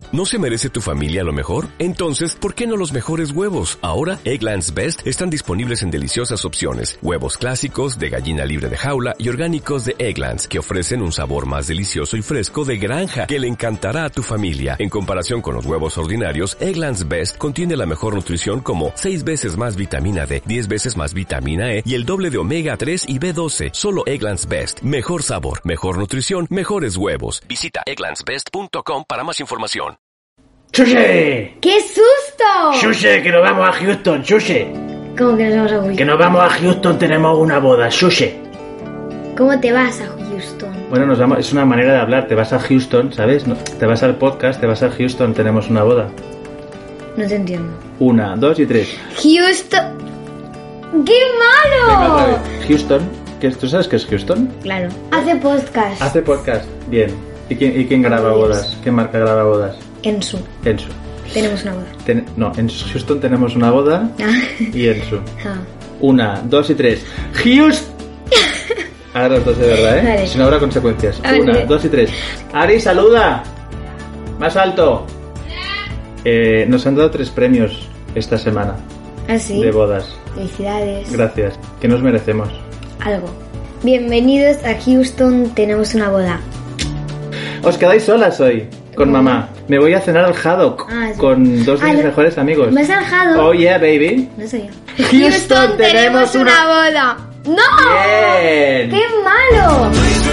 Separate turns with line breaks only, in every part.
¿No se merece tu familia lo mejor? Entonces, ¿por qué no los mejores huevos? Ahora, Eggland's Best están disponibles en deliciosas opciones. Huevos clásicos, de gallina libre de jaula y orgánicos de Eggland's, que ofrecen un sabor más delicioso y fresco de granja, que le encantará a tu familia. En comparación con los huevos ordinarios, Eggland's Best contiene la mejor nutrición como 6 veces más vitamina D, 10 veces más vitamina E y el doble de omega 3 y B12. Solo Eggland's Best. Mejor sabor, mejor nutrición, mejores huevos. Visita egglandsbest.com para más información.
¡Chuse!
¡Qué susto!
¡Chuse, que nos vamos a Houston, Chuse!
¿Cómo que nos vamos a Houston?
Que nos vamos a Houston, tenemos una boda, Chuse.
¿Cómo te vas a Houston?
Bueno, nos vamos, es una manera de hablar, te vas a Houston, ¿sabes? No, te vas al podcast, te vas a Houston, tenemos una boda.
No te entiendo.
1, 2 y 3.
¡Houston! ¡Qué
Venga, otra
malo!
vez. Houston, ¿tú sabes qué es Houston?
Claro. Hace podcast.
Hace podcast, bien. ¿Y quién graba bodas? ¿Qué marca graba bodas?
Ensu.
Ensu.
Tenemos una boda.
No, en Houston tenemos una boda y Ensu.
Ah.
1, 2 y 3. ¡Houston! Ahora los dos de verdad, ¿eh?
Vale.
Si no habrá consecuencias.
Vale.
1, 2 y 3. Ari, saluda. Más alto. Nos han dado 3 premios esta semana
¿Ah, sí?
de bodas.
Felicidades.
Gracias. Que nos merecemos.
Algo. Bienvenidos a Houston, tenemos una boda.
Os quedáis solas hoy con mamá. Me voy a cenar al Haddock
Sí.
con 2 de mis mejores amigos.
¿Me has alejado?
Oh yeah, baby.
No soy yo.
Houston, tenemos una
boda. ¡No!
Bien.
¡Qué malo!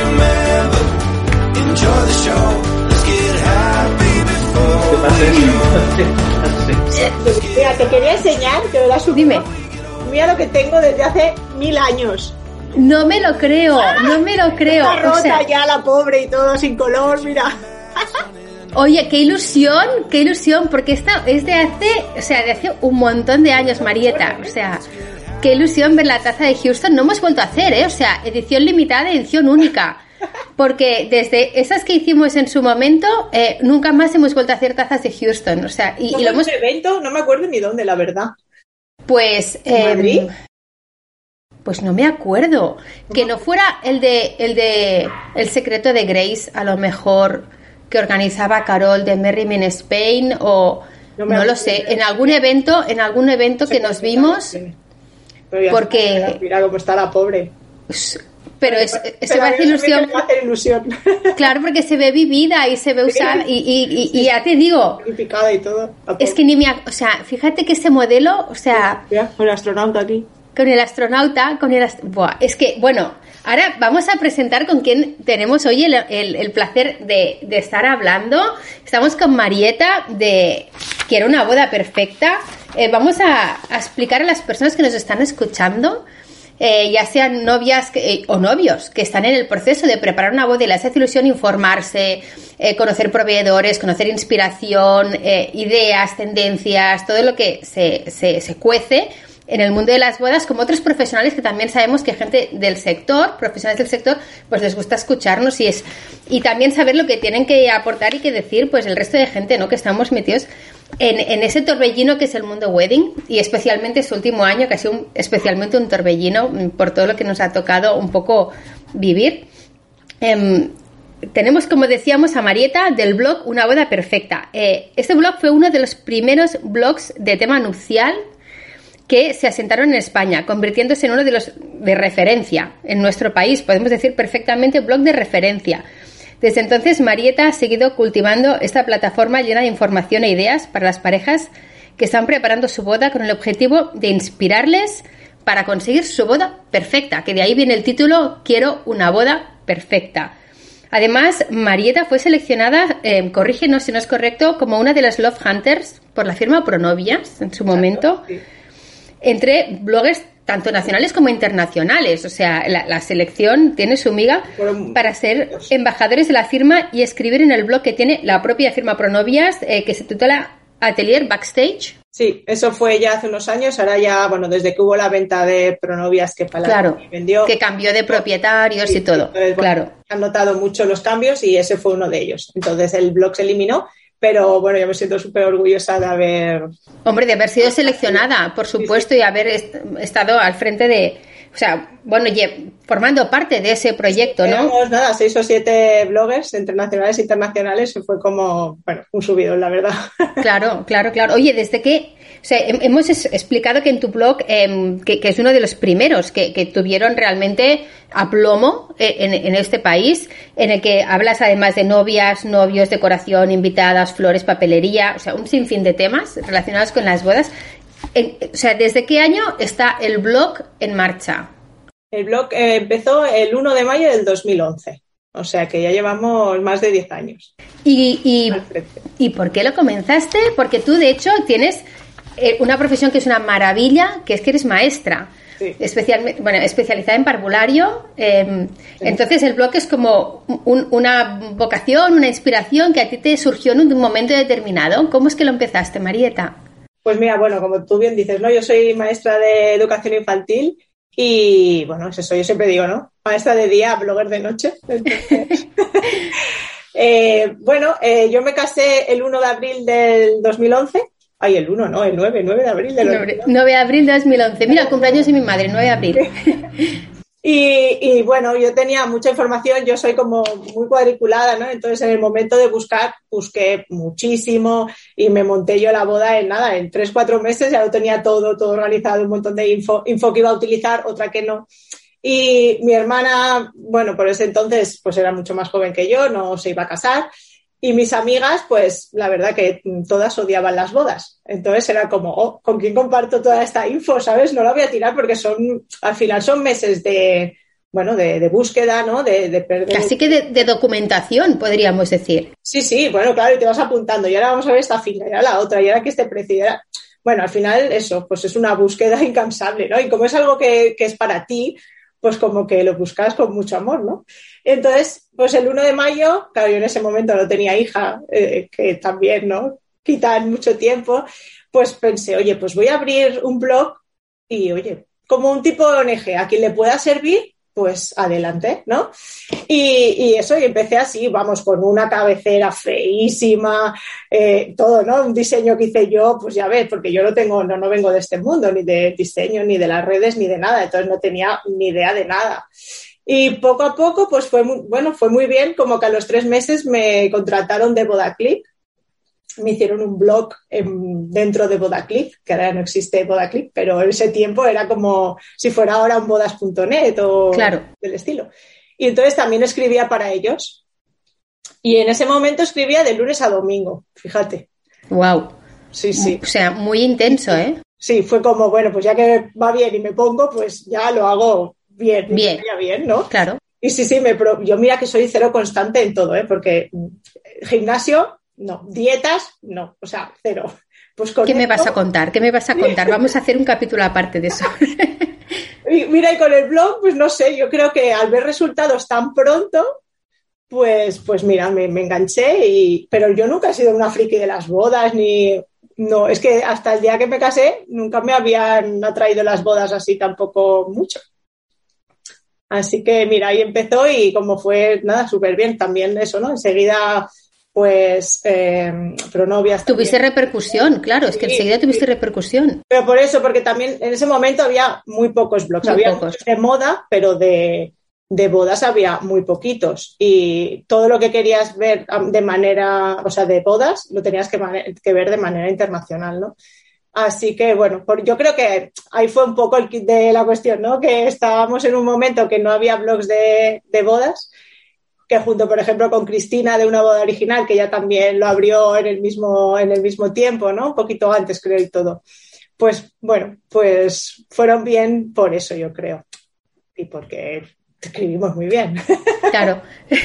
¿Qué pasa?
Mira, te quería enseñar que me lo has subido.
Dime.
Mira lo que tengo desde hace 1000 años.
No me lo creo, no me lo creo.
Está rota
O sea,
ya la pobre y todo sin color, mira.
oye, qué ilusión, porque esta es de hace un montón de años, Marieta. O sea, qué ilusión ver la taza de Houston. No hemos vuelto a hacer, o sea, edición limitada, edición única. Porque desde esas que hicimos en su momento, nunca más hemos vuelto a hacer tazas de Houston. O sea, y lo hemos...
un evento, no me acuerdo ni dónde, la verdad.
Pues...
¿Madrid?
Pues no me acuerdo. Que no fuera el secreto de Grace, a lo mejor, que organizaba Carol de Merry Men Spain, o no lo sé, en algún evento que nos vimos, porque
Mira cómo está la pobre.
pero se me hace ilusión.
Me hace ilusión.
Claro, porque se ve vivida y se ve usada, y ya te digo,
Y picada y todo.
es que o sea, fíjate que ese modelo, o sea,
Mira, con el astronauta aquí.
con el astronauta, Buah, es que, bueno, ahora vamos a presentar con quién tenemos hoy el placer de estar hablando. Estamos con Marieta, de Quiero una boda perfecta. Vamos a explicar a las personas que nos están escuchando, ya sean novias o novios, que están en el proceso de preparar una boda y les hace ilusión informarse, conocer proveedores, conocer inspiración, ideas, tendencias, todo lo que se cuece en el mundo de las bodas, como otros profesionales que también sabemos que gente del sector, profesionales del sector, pues les gusta escucharnos y también saber lo que tienen que aportar y que decir pues el resto de gente, ¿no?, que estamos metidos en ese torbellino que es el mundo wedding, y especialmente este último año que ha sido especialmente un torbellino por todo lo que nos ha tocado un poco vivir. Tenemos, como decíamos, a Marieta del blog Una Boda Perfecta. Este blog fue uno de los primeros blogs de tema nupcial que se asentaron en España, convirtiéndose en uno de los de referencia en nuestro país. Podemos decir perfectamente blog de referencia. Desde entonces, Marieta ha seguido cultivando esta plataforma llena de información e ideas para las parejas que están preparando su boda con el objetivo de inspirarles para conseguir su boda perfecta, que de ahí viene el título Quiero una boda perfecta. Además, Marieta fue seleccionada, corrígenos si no es correcto, como una de las Love Hunters por la firma Pronovias en su momento.
Sí.
Entre bloggers tanto nacionales como internacionales. O sea, la selección tiene su miga para ser embajadores de la firma y escribir en el blog que tiene la propia firma Pronovias, que se titula Atelier Backstage.
Sí, eso fue ya hace unos años. Ahora ya, bueno, desde que hubo la venta de Pronovias que
Claro,
vendió,
que cambió de propietarios y todo.
Entonces, bueno,
claro.
han notado mucho los cambios y ese fue uno de ellos. Entonces el blog se eliminó. Pero bueno, yo me siento súper orgullosa de haber...
Hombre, de haber sido seleccionada, por supuesto, y haber estado al frente de o sea, bueno, formando parte de ese proyecto, ¿no?
Éramos, 6 o 7 bloggers entre nacionales e internacionales, y fue como, un subidón, la verdad.
Claro. Oye, desde que, o sea, hemos explicado que en tu blog, que es uno de los primeros que tuvieron realmente aplomo en este país, en el que hablas además de novias, novios, decoración, invitadas, flores, papelería, o sea, un sinfín de temas relacionados con las bodas. O sea, ¿desde qué año está el blog en marcha?
El blog empezó el 1 de mayo del 2011, o sea que ya llevamos más de 10 años.
¿Y por qué lo comenzaste? Porque tú, de hecho, tienes una profesión que es una maravilla, que es que eres maestra, sí. Especializada en parvulario. Sí. Entonces el blog es como una vocación, una inspiración que a ti te surgió en un momento determinado. ¿Cómo es que lo empezaste, Marieta?
Pues mira, como tú bien dices, ¿no? Yo soy maestra de educación infantil y, es eso, yo siempre digo, ¿no? Maestra de día, blogger de noche. Entonces, yo me casé el 1 de abril del 2011. Ay, el 1, no, el 9 de abril del 2011.
9 de abril de 2011. Mira, el cumpleaños de mi madre, 9 de abril.
Y yo tenía mucha información, yo soy como muy cuadriculada, ¿no? Entonces, en el momento de buscar, busqué muchísimo y me monté yo la boda en 3-4 meses, ya lo tenía todo organizado, un montón de info que iba a utilizar, otra que no. Y mi hermana, por ese entonces, pues era mucho más joven que yo, no se iba a casar. Y mis amigas, pues la verdad que todas odiaban las bodas. Entonces era como, ¿con quién comparto toda esta info? ¿Sabes? No la voy a tirar porque al final son meses de búsqueda, ¿no? De perder.
Casi que de documentación, podríamos decir.
Sí, claro, y te vas apuntando. Y ahora vamos a ver esta fila, y ahora la otra, y ahora que este precio. Y ahora... al final eso, pues es una búsqueda incansable, ¿no? Y como es algo que es para ti, pues como que lo buscas con mucho amor, ¿no? Entonces, pues el 1 de mayo, claro, yo en ese momento no tenía hija, que también, ¿no? Quitan mucho tiempo, pues pensé, oye, pues voy a abrir un blog y, oye, como un tipo de ONG, a quien le pueda servir, pues adelante, ¿no? Y eso, y empecé así, con una cabecera feísima, todo, ¿no? Un diseño que hice yo, pues ya ves, porque yo no vengo de este mundo, ni de diseño, ni de las redes, ni de nada, entonces no tenía ni idea de nada. Y poco a poco, pues fue muy bien, como que a los 3 meses me contrataron de Bodaclip, me hicieron un blog dentro de Bodaclip, que ahora no existe Bodaclip, pero en ese tiempo era como si fuera ahora un bodas.net o del estilo. Y entonces también escribía para ellos. Y en ese momento escribía de lunes a domingo, fíjate.
Wow.
Sí.
O sea, muy intenso, ¿eh?
Sí, fue como, pues ya que va bien y me pongo, pues ya lo hago bien, ¿no?
Claro.
Y sí, yo mira que soy cero constante en todo, porque gimnasio... no, dietas, no, o sea, cero. Pues
¿Qué me vas a contar? Vamos a hacer un capítulo aparte de eso.
Y mira, y con el blog, pues no sé, yo creo que al ver resultados tan pronto, pues mira, me enganché, pero yo nunca he sido una friki de las bodas, no, es que hasta el día que me casé nunca me habían atraído las bodas así tampoco mucho. Así que mira, ahí empezó y como fue, súper bien también eso, ¿no? Enseguida... pues pronovias.
Tuviste repercusión, claro, es que enseguida tuviste repercusión.
Pero por eso, porque también en ese momento había muy pocos blogs, había de moda, pero de bodas había muy poquitos. Y todo lo que querías ver de manera, de bodas, lo tenías que ver de manera internacional, ¿no? Así que, yo creo que ahí fue un poco el kit de la cuestión, ¿no? Que estábamos en un momento que no había blogs de bodas, que junto, por ejemplo, con Cristina de Una Boda Original, que ella también lo abrió en el mismo tiempo, ¿no? Un poquito antes, creo, y todo. Pues, pues fueron bien por eso, yo creo. Y porque escribimos muy bien.
Claro.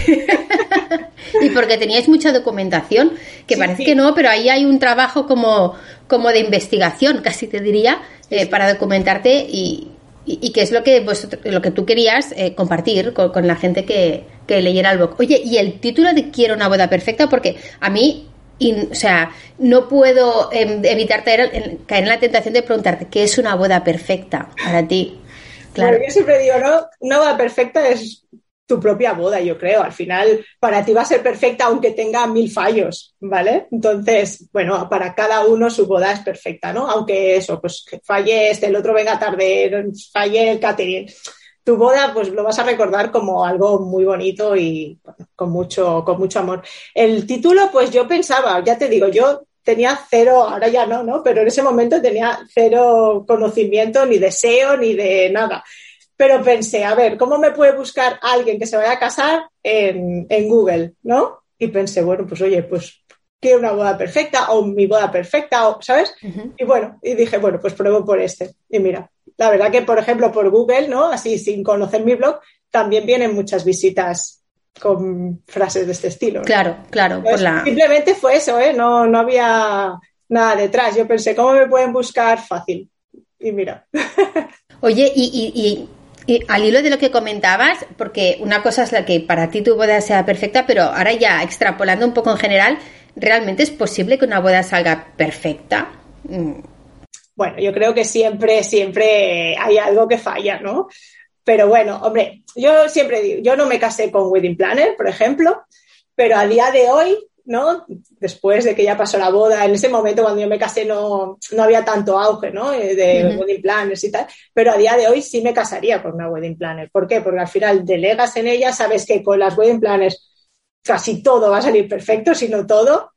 Y porque teníais mucha documentación, que sí, parece que no, pero ahí hay un trabajo como de investigación, casi te diría, para documentarte y que es lo que tú querías compartir con la gente que leyera el blog. Oye, y el título de Quiero una boda perfecta, porque a mí, no puedo evitar caer en la tentación de preguntarte ¿qué es una boda perfecta para ti? Claro.
Bueno, yo siempre digo, ¿no? Una boda perfecta es tu propia boda, yo creo. Al final, para ti va a ser perfecta aunque tenga 1000 fallos, ¿vale? Entonces, bueno, para cada uno su boda es perfecta, ¿no? Aunque eso, pues que falle el otro venga tarde, falle el catering. Tu boda, pues lo vas a recordar como algo muy bonito y bueno, con mucho amor. El título, pues yo pensaba, ya te digo, yo tenía cero, ahora ya no, pero en ese momento tenía cero conocimiento, ni deseo, ni de nada. Pero pensé, a ver, ¿cómo me puede buscar alguien que se vaya a casar en Google, ¿no? Y pensé, bueno, pues oye, pues quiero una boda perfecta o mi boda perfecta, o, ¿sabes? Uh-huh. Y bueno, y dije, bueno, pues pruebo por este. Y mira, la verdad que, por ejemplo, por Google, ¿no? Así, sin conocer mi blog, también vienen muchas visitas con frases de este estilo, ¿no?
Claro.
Entonces, simplemente fue eso, ¿eh? No había nada detrás. Yo pensé, ¿cómo me pueden buscar? Fácil. Y mira.
Oye, y al hilo de lo que comentabas, porque una cosa es la que para ti tu boda sea perfecta, pero ahora ya extrapolando un poco en general, ¿realmente es posible que una boda salga perfecta?
Bueno, yo creo que siempre hay algo que falla, ¿no? Pero bueno, hombre, yo siempre digo, yo no me casé con Wedding Planner, por ejemplo, pero a día de hoy, ¿no? Después de que ya pasó la boda, en ese momento cuando yo me casé no había tanto auge, ¿no? De wedding planners y tal, pero a día de hoy sí me casaría con una wedding planner. ¿Por qué? Porque al final delegas en ella, sabes que con las wedding planners casi todo va a salir perfecto, si no todo,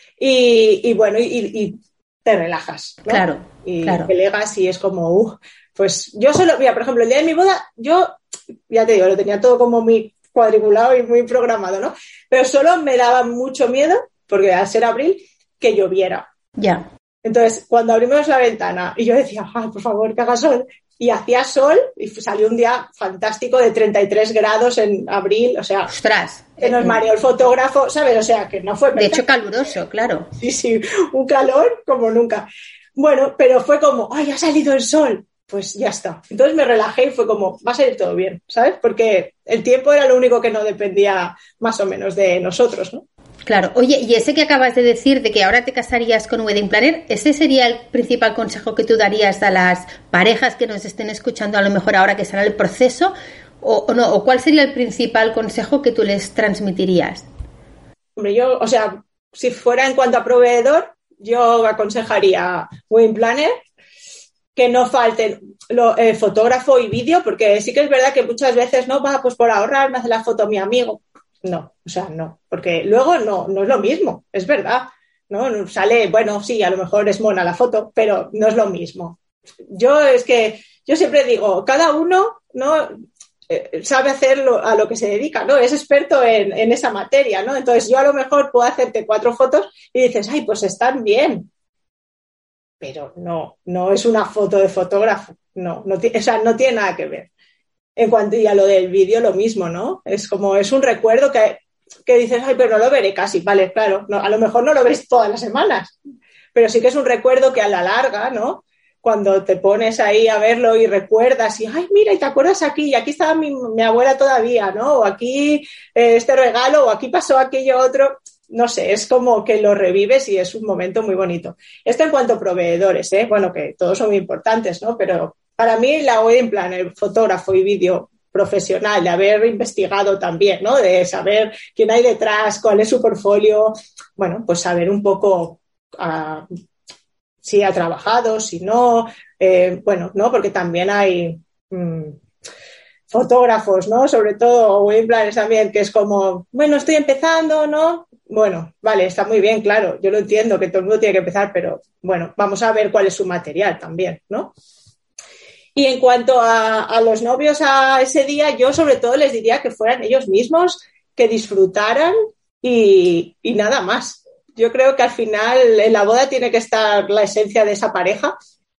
y bueno, y te relajas, ¿no?
Claro.
Delegas y es como, pues yo solo, mira, por ejemplo, el día de mi boda, yo, ya te digo, lo tenía todo como muy cuadriculado y muy programado, ¿no? Pero solo me daba mucho miedo, porque al ser abril, que lloviera.
Ya.
Entonces, cuando abrimos la ventana y yo decía, ay, por favor, que haga sol, y hacía sol, y salió un día fantástico de 33 grados en abril, o sea,
¡ostras!
Que nos mareó el fotógrafo, ¿sabes? O sea, que no fue perfecto.
De hecho, caluroso, claro.
Sí, un calor como nunca. Bueno, pero fue como, ay, ha salido el sol. Pues ya está. Entonces me relajé y fue como, va a salir todo bien, ¿sabes? Porque el tiempo era lo único que no dependía más o menos de nosotros, ¿no?
Claro. Oye, y ese que acabas de decir de que ahora te casarías con un wedding planner, ¿ese sería el principal consejo que tú darías a las parejas que nos estén escuchando a lo mejor ahora que están en el proceso? ¿O no? ¿O cuál sería el principal consejo que tú les transmitirías?
Hombre, yo, o sea, si fuera en cuanto a proveedor, yo aconsejaría wedding planner, que no falten fotógrafo y vídeo, porque sí que es verdad que muchas veces no va, pues por ahorrar me hace la foto mi amigo. No, o sea, no, porque luego no es lo mismo, es verdad, ¿no? Sale, bueno, sí, a lo mejor es mona la foto, pero no es lo mismo. Yo siempre digo, cada uno, ¿no? Sabe hacer a lo que se dedica, ¿no? Es experto en esa materia, ¿no? Entonces yo a lo mejor puedo hacerte 4 fotos y dices, ay, pues están bien. Pero no es una foto de fotógrafo, o sea, no tiene nada que ver. En cuanto a lo del vídeo, lo mismo, ¿no? Es como, es un recuerdo que dices, ay, pero no lo veré casi, vale, claro, a lo mejor no lo ves todas las semanas, pero sí que es un recuerdo que a la larga, ¿no? Cuando te pones ahí a verlo y recuerdas y, ay, mira, y te acuerdas aquí, y aquí estaba mi abuela todavía, ¿no? O aquí este regalo, o aquí pasó aquello otro. No sé, es como que lo revives y es un momento muy bonito. Esto en cuanto a proveedores, bueno, que todos son muy importantes, ¿no? Pero para mí la wedding planner, fotógrafo y vídeo profesional, de haber investigado también, ¿no? De saber quién hay detrás, cuál es su portfolio, bueno, pues saber un poco si ha trabajado, si no, bueno, ¿no? Porque también hay fotógrafos, ¿no? Sobre todo wedding planners también, que es como, bueno, estoy empezando, ¿no? Bueno, vale, está muy bien, claro, yo lo entiendo que todo el mundo tiene que empezar, pero bueno, vamos a ver cuál es su material también, ¿no? Y en cuanto a los novios a ese día, yo sobre todo les diría que fueran ellos mismos, que disfrutaran y nada más. Yo creo que al final en la boda tiene que estar la esencia de esa pareja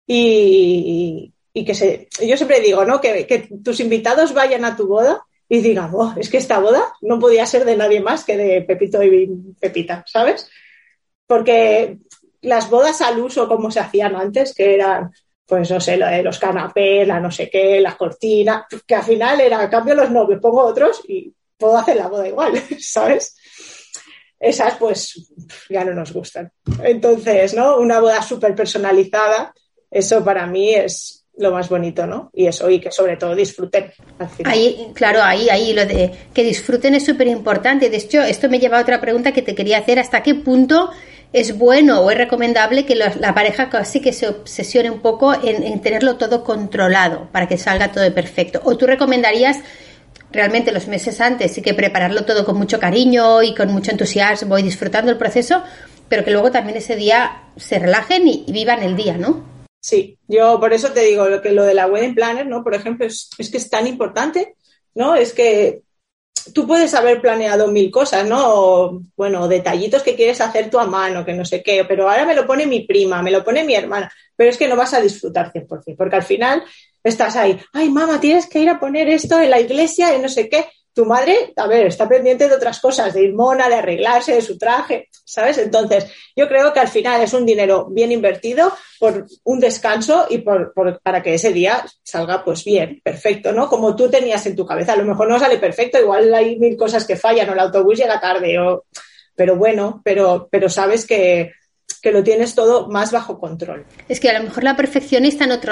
y que yo siempre digo, ¿no? Que tus invitados vayan a tu boda y digan, oh, es que esta boda no podía ser de nadie más que de Pepito y Pepita, ¿sabes? Porque las bodas al uso como se hacían antes, que eran, pues no sé, lo de los canapés, la no sé qué, las cortinas, que al final era, cambio los novios, pongo otros y puedo hacer la boda igual, ¿sabes? Esas pues ya no nos gustan. Entonces, ¿no? Una boda súper personalizada, eso para mí es lo más bonito, ¿no? Y eso, y que sobre todo disfruten al final.
Ahí, claro, ahí lo de que disfruten es súper importante. De hecho, esto me lleva a otra pregunta que te quería hacer. ¿Hasta qué punto es bueno o es recomendable que la pareja casi que se obsesione un poco en tenerlo todo controlado para que salga todo perfecto? ¿O tú recomendarías realmente los meses antes sí que prepararlo todo con mucho cariño y con mucho entusiasmo y disfrutando el proceso, pero que luego también ese día se relajen y vivan el día, ¿no?
Sí, yo por eso te digo lo de la wedding planner, ¿no? Por ejemplo, es que es tan importante, ¿no? Es que tú puedes haber planeado 1000 cosas, ¿no? O, bueno, detallitos que quieres hacer tú a mano, que no sé qué, pero ahora me lo pone mi prima, me lo pone mi hermana, pero es que no vas a disfrutar 100%, porque al final estás ahí, ay, mamá, tienes que ir a poner esto en la iglesia y no sé qué. Tu madre, a ver, está pendiente de otras cosas, de ir mona, de arreglarse, de su traje, ¿sabes? Entonces, yo creo que al final es un dinero bien invertido por un descanso y para que ese día salga pues bien, perfecto, ¿no? Como tú tenías en tu cabeza. A lo mejor no sale perfecto, igual hay 1000 cosas que fallan, o el autobús llega tarde, pero bueno, pero sabes que lo tienes todo más bajo control.
Es que a lo mejor la perfección está en otro...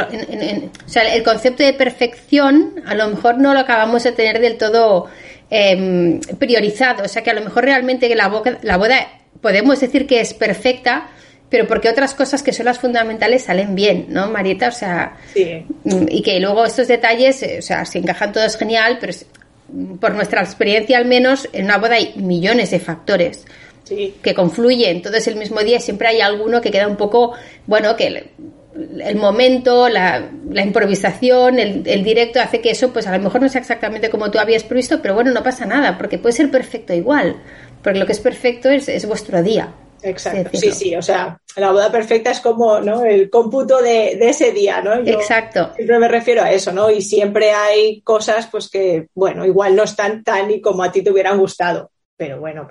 o sea, el concepto de perfección a lo mejor no lo acabamos de tener del todo priorizado. O sea, que a lo mejor realmente la boda podemos decir que es perfecta, pero porque otras cosas que son las fundamentales salen bien, ¿no, Marieta? O sea,
sí.
Y que luego estos detalles, o sea, si encajan todos genial, pero por nuestra experiencia al menos, en una boda hay millones de factores. Sí. Que confluyen todos el mismo día, siempre hay alguno que queda un poco, bueno, que el momento, la improvisación, el directo hace que eso, pues a lo mejor no sea exactamente como tú habías previsto, pero bueno, no pasa nada, porque puede ser perfecto igual, porque lo que es perfecto es vuestro día.
Exacto, sí, o sea, la boda perfecta es como, ¿no?, el cómputo de ese día, ¿no? Yo
exacto.
Siempre me refiero a eso, ¿no? Y siempre hay cosas, pues que, bueno, igual no están tan y como a ti te hubieran gustado, pero bueno,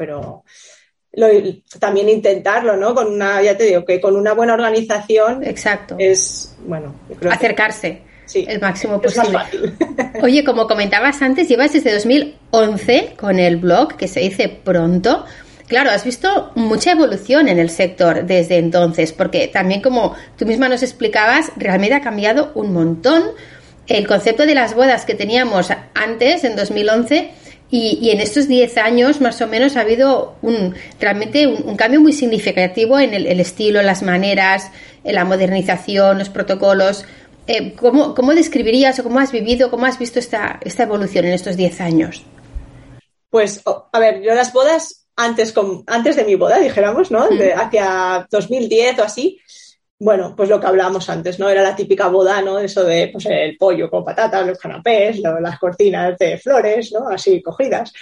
también intentarlo, ¿no? Con ya te digo, que con una buena organización.
Exacto.
Es, bueno, yo creo
acercarse
sí,
el máximo posible.
Es más fácil.
Oye, como comentabas antes, llevas desde 2011 con el blog, que se dice pronto. Claro, has visto mucha evolución en el sector desde entonces, porque también, como tú misma nos explicabas, realmente ha cambiado un montón el concepto de las bodas que teníamos antes, en 2011, y en estos 10 años más o menos ha habido realmente un cambio muy significativo en el estilo, las maneras, en la modernización, los protocolos. ¿Cómo describirías o cómo has vivido, cómo has visto esta evolución en estos 10 años?
Pues, a ver, yo las bodas antes de mi boda, dijéramos, ¿no? Hacia 2010 o así, bueno, pues lo que hablábamos antes, ¿no? Era la típica boda, ¿no? Eso de, pues, el pollo con patatas, los canapés, las cortinas de flores, ¿no? Así cogidas.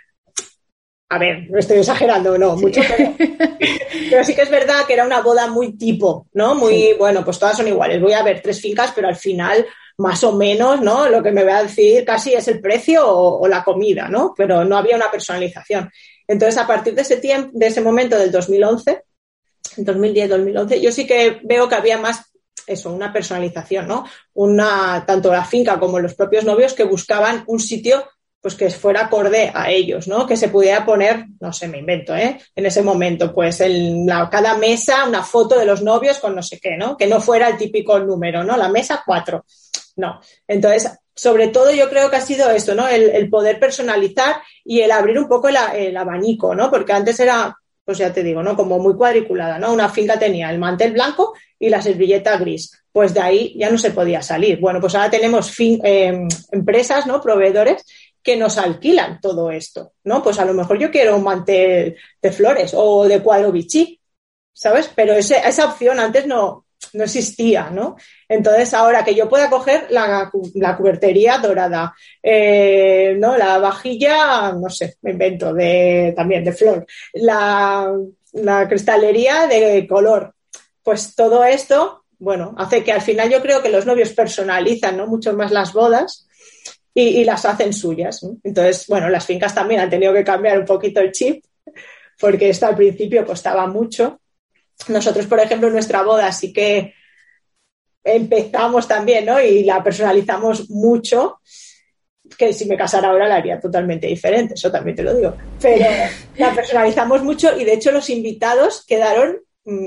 A ver, no estoy exagerando, no, mucho, pero sí que es verdad que era una boda muy tipo, ¿no? Muy, bueno, pues todas son iguales. Voy a ver 3 fincas, pero al final, más o menos, ¿no? Lo que me va a decir casi es el precio o la comida, ¿no? Pero no había una personalización. Entonces, a partir de ese momento del 2011, 2010-2011, yo sí que veo que había más eso, una personalización, ¿no? Tanto la finca como los propios novios que buscaban un sitio pues que fuera acorde a ellos, ¿no? Que se pudiera poner, no sé, me invento, en ese momento, pues en cada mesa una foto de los novios con no sé qué, ¿no? Que no fuera el típico número, ¿no? La mesa 4, no. Entonces, sobre todo yo creo que ha sido esto, ¿no? El poder personalizar y el abrir un poco el abanico, ¿no? Porque antes era, pues ya te digo, ¿no? Como muy cuadriculada, ¿no? Una finca tenía el mantel blanco y la servilleta gris. Pues de ahí ya no se podía salir. Bueno, pues ahora tenemos empresas, ¿no? Proveedores que nos alquilan todo esto, ¿no? Pues a lo mejor yo quiero un mantel de flores o de cuadro bichí, ¿sabes? Pero esa opción antes no existía, ¿no? Entonces, ahora que yo pueda coger la cubertería dorada, ¿no? La vajilla, no sé, me invento, también de flor, la cristalería de color, pues todo esto, bueno, hace que al final yo creo que los novios personalizan, ¿no? Mucho más las bodas y las hacen suyas, ¿no? Entonces, bueno, las fincas también han tenido que cambiar un poquito el chip, porque esto al principio costaba mucho. Nosotros, por ejemplo, en nuestra boda sí que empezamos también, ¿no? Y la personalizamos mucho, que si me casara ahora la haría totalmente diferente, eso también te lo digo. Pero la personalizamos mucho y, de hecho, los invitados quedaron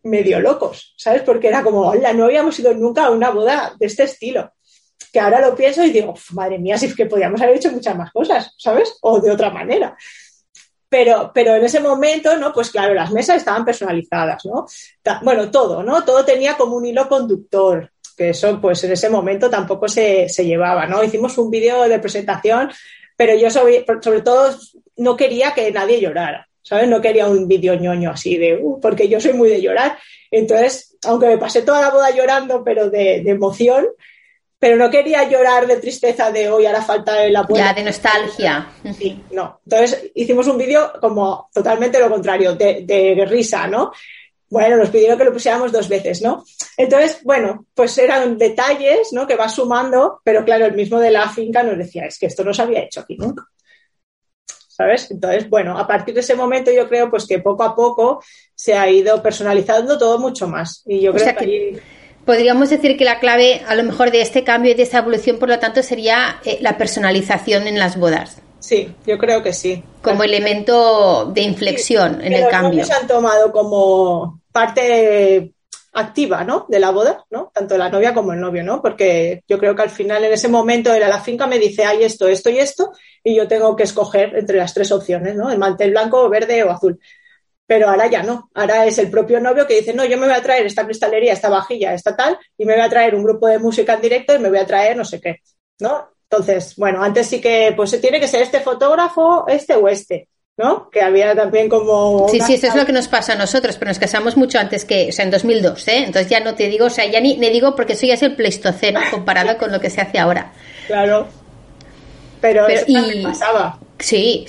medio locos, ¿sabes? Porque era como, hola, no habíamos ido nunca a una boda de este estilo. Que ahora lo pienso y digo, madre mía, si es que podíamos haber hecho muchas más cosas, ¿sabes? O de otra manera. Pero en ese momento, ¿no? Pues claro, las mesas estaban personalizadas, ¿no? Bueno, todo, ¿no? Todo tenía como un hilo conductor, que eso, pues en ese momento tampoco se llevaba, ¿no? Hicimos un vídeo de presentación, pero yo sobre todo no quería que nadie llorara, ¿sabes? No quería un vídeo ñoño así de, porque yo soy muy de llorar. Entonces, aunque me pasé toda la boda llorando, pero de emoción, pero no quería llorar de tristeza de hoy hará falta el apoyo.
Ya, de nostalgia.
Sí, no. Entonces hicimos un vídeo como totalmente lo contrario, de risa, ¿no? Bueno, nos pidieron que lo pusiéramos 2 veces, ¿no? Entonces, bueno, pues eran detalles, ¿no? Que vas sumando, pero claro, el mismo de la finca nos decía, es que esto no se había hecho aquí nunca, ¿sabes? Entonces, bueno, a partir de ese momento yo creo pues que poco a poco se ha ido personalizando todo mucho más. Y yo creo que
podríamos decir que la clave, a lo mejor, de este cambio y de esta evolución, por lo tanto, sería la personalización en las bodas.
Sí, yo creo que sí.
Como elemento de inflexión en el cambio.
Los novios han tomado como parte activa, ¿no? De la boda, ¿no? Tanto la novia como el novio, ¿no? Porque yo creo que al final, en ese momento, la finca me dice, hay esto, esto y esto, y yo tengo que escoger entre las 3 opciones, ¿no? El mantel blanco, verde o azul. Pero ahora ya no, ahora es el propio novio que dice, no, yo me voy a traer esta cristalería, esta vajilla, esta tal, y me voy a traer un grupo de música en directo y me voy a traer no sé qué, ¿no? Entonces, bueno, antes sí que, pues tiene que ser este fotógrafo, este o este, ¿no? Que había también como...
Sí, eso es lo que nos pasa a nosotros, pero nos casamos mucho antes que, o sea, en 2002, ¿eh? Entonces ya no te digo, o sea, ya ni digo porque eso ya es el Pleistoceno comparado con lo que se hace ahora.
Claro, pero eso también pasaba.
Sí.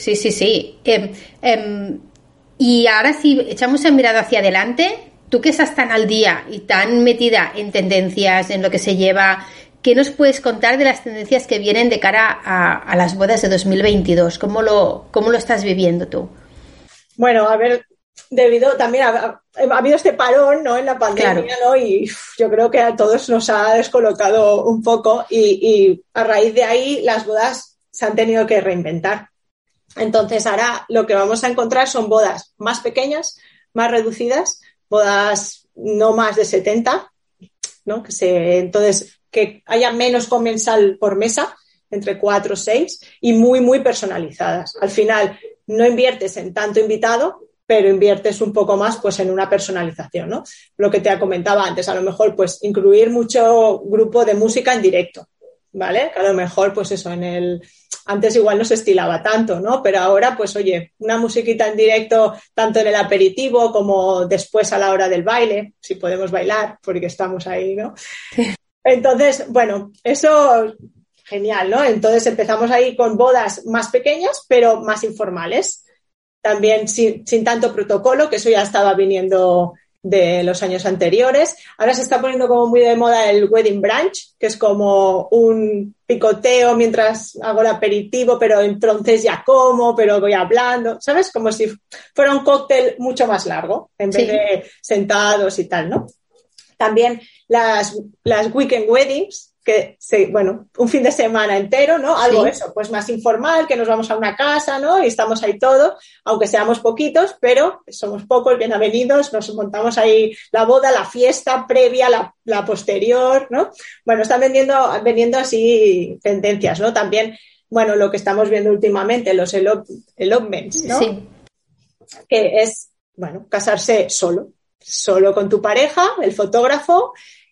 Y ahora si echamos el mirado hacia adelante, tú que estás tan al día y tan metida en tendencias, en lo que se lleva, ¿qué nos puedes contar de las tendencias que vienen de cara a las bodas de 2022? ¿Cómo lo estás viviendo tú?
Bueno, a ver, debido también ha habido este parón, ¿no? En la pandemia, claro. ¿No? Y yo creo que a todos nos ha descolocado un poco y a raíz de ahí las bodas se han tenido que reinventar. Entonces, ahora lo que vamos a encontrar son bodas más pequeñas, más reducidas, bodas no más de 70, ¿no? Entonces, que haya menos comensal por mesa, entre 4 o 6, y muy, muy personalizadas. Al final, no inviertes en tanto invitado, pero inviertes un poco más pues en una personalización, ¿no? Lo que te comentaba antes, a lo mejor pues incluir mucho grupo de música en directo, ¿vale? Que a lo mejor pues eso, antes igual no se estilaba tanto, ¿no? Pero ahora pues oye, una musiquita en directo tanto en el aperitivo como después a la hora del baile, si podemos bailar, porque estamos ahí, ¿no? Sí. Entonces, bueno, eso genial, ¿no? Entonces empezamos ahí con bodas más pequeñas, pero más informales. También sin tanto protocolo, que eso ya estaba viniendo de los años anteriores. Ahora se está poniendo como muy de moda el wedding brunch, que es como un picoteo mientras hago el aperitivo, pero entonces ya como, pero voy hablando, ¿sabes? Como si fuera un cóctel mucho más largo, en vez de sentados y tal, ¿no? También las weekend weddings, que un fin de semana entero, ¿no? Algo eso, pues más informal, que nos vamos a una casa, ¿no? Y estamos ahí todos, aunque seamos poquitos, pero somos pocos, bien avenidos, nos montamos ahí la boda, la fiesta previa, la posterior, ¿no? Bueno, están vendiendo así tendencias, ¿no? También, bueno, lo que estamos viendo últimamente, los elopements, ¿no? Sí. Que es, bueno, casarse solo con tu pareja, el fotógrafo,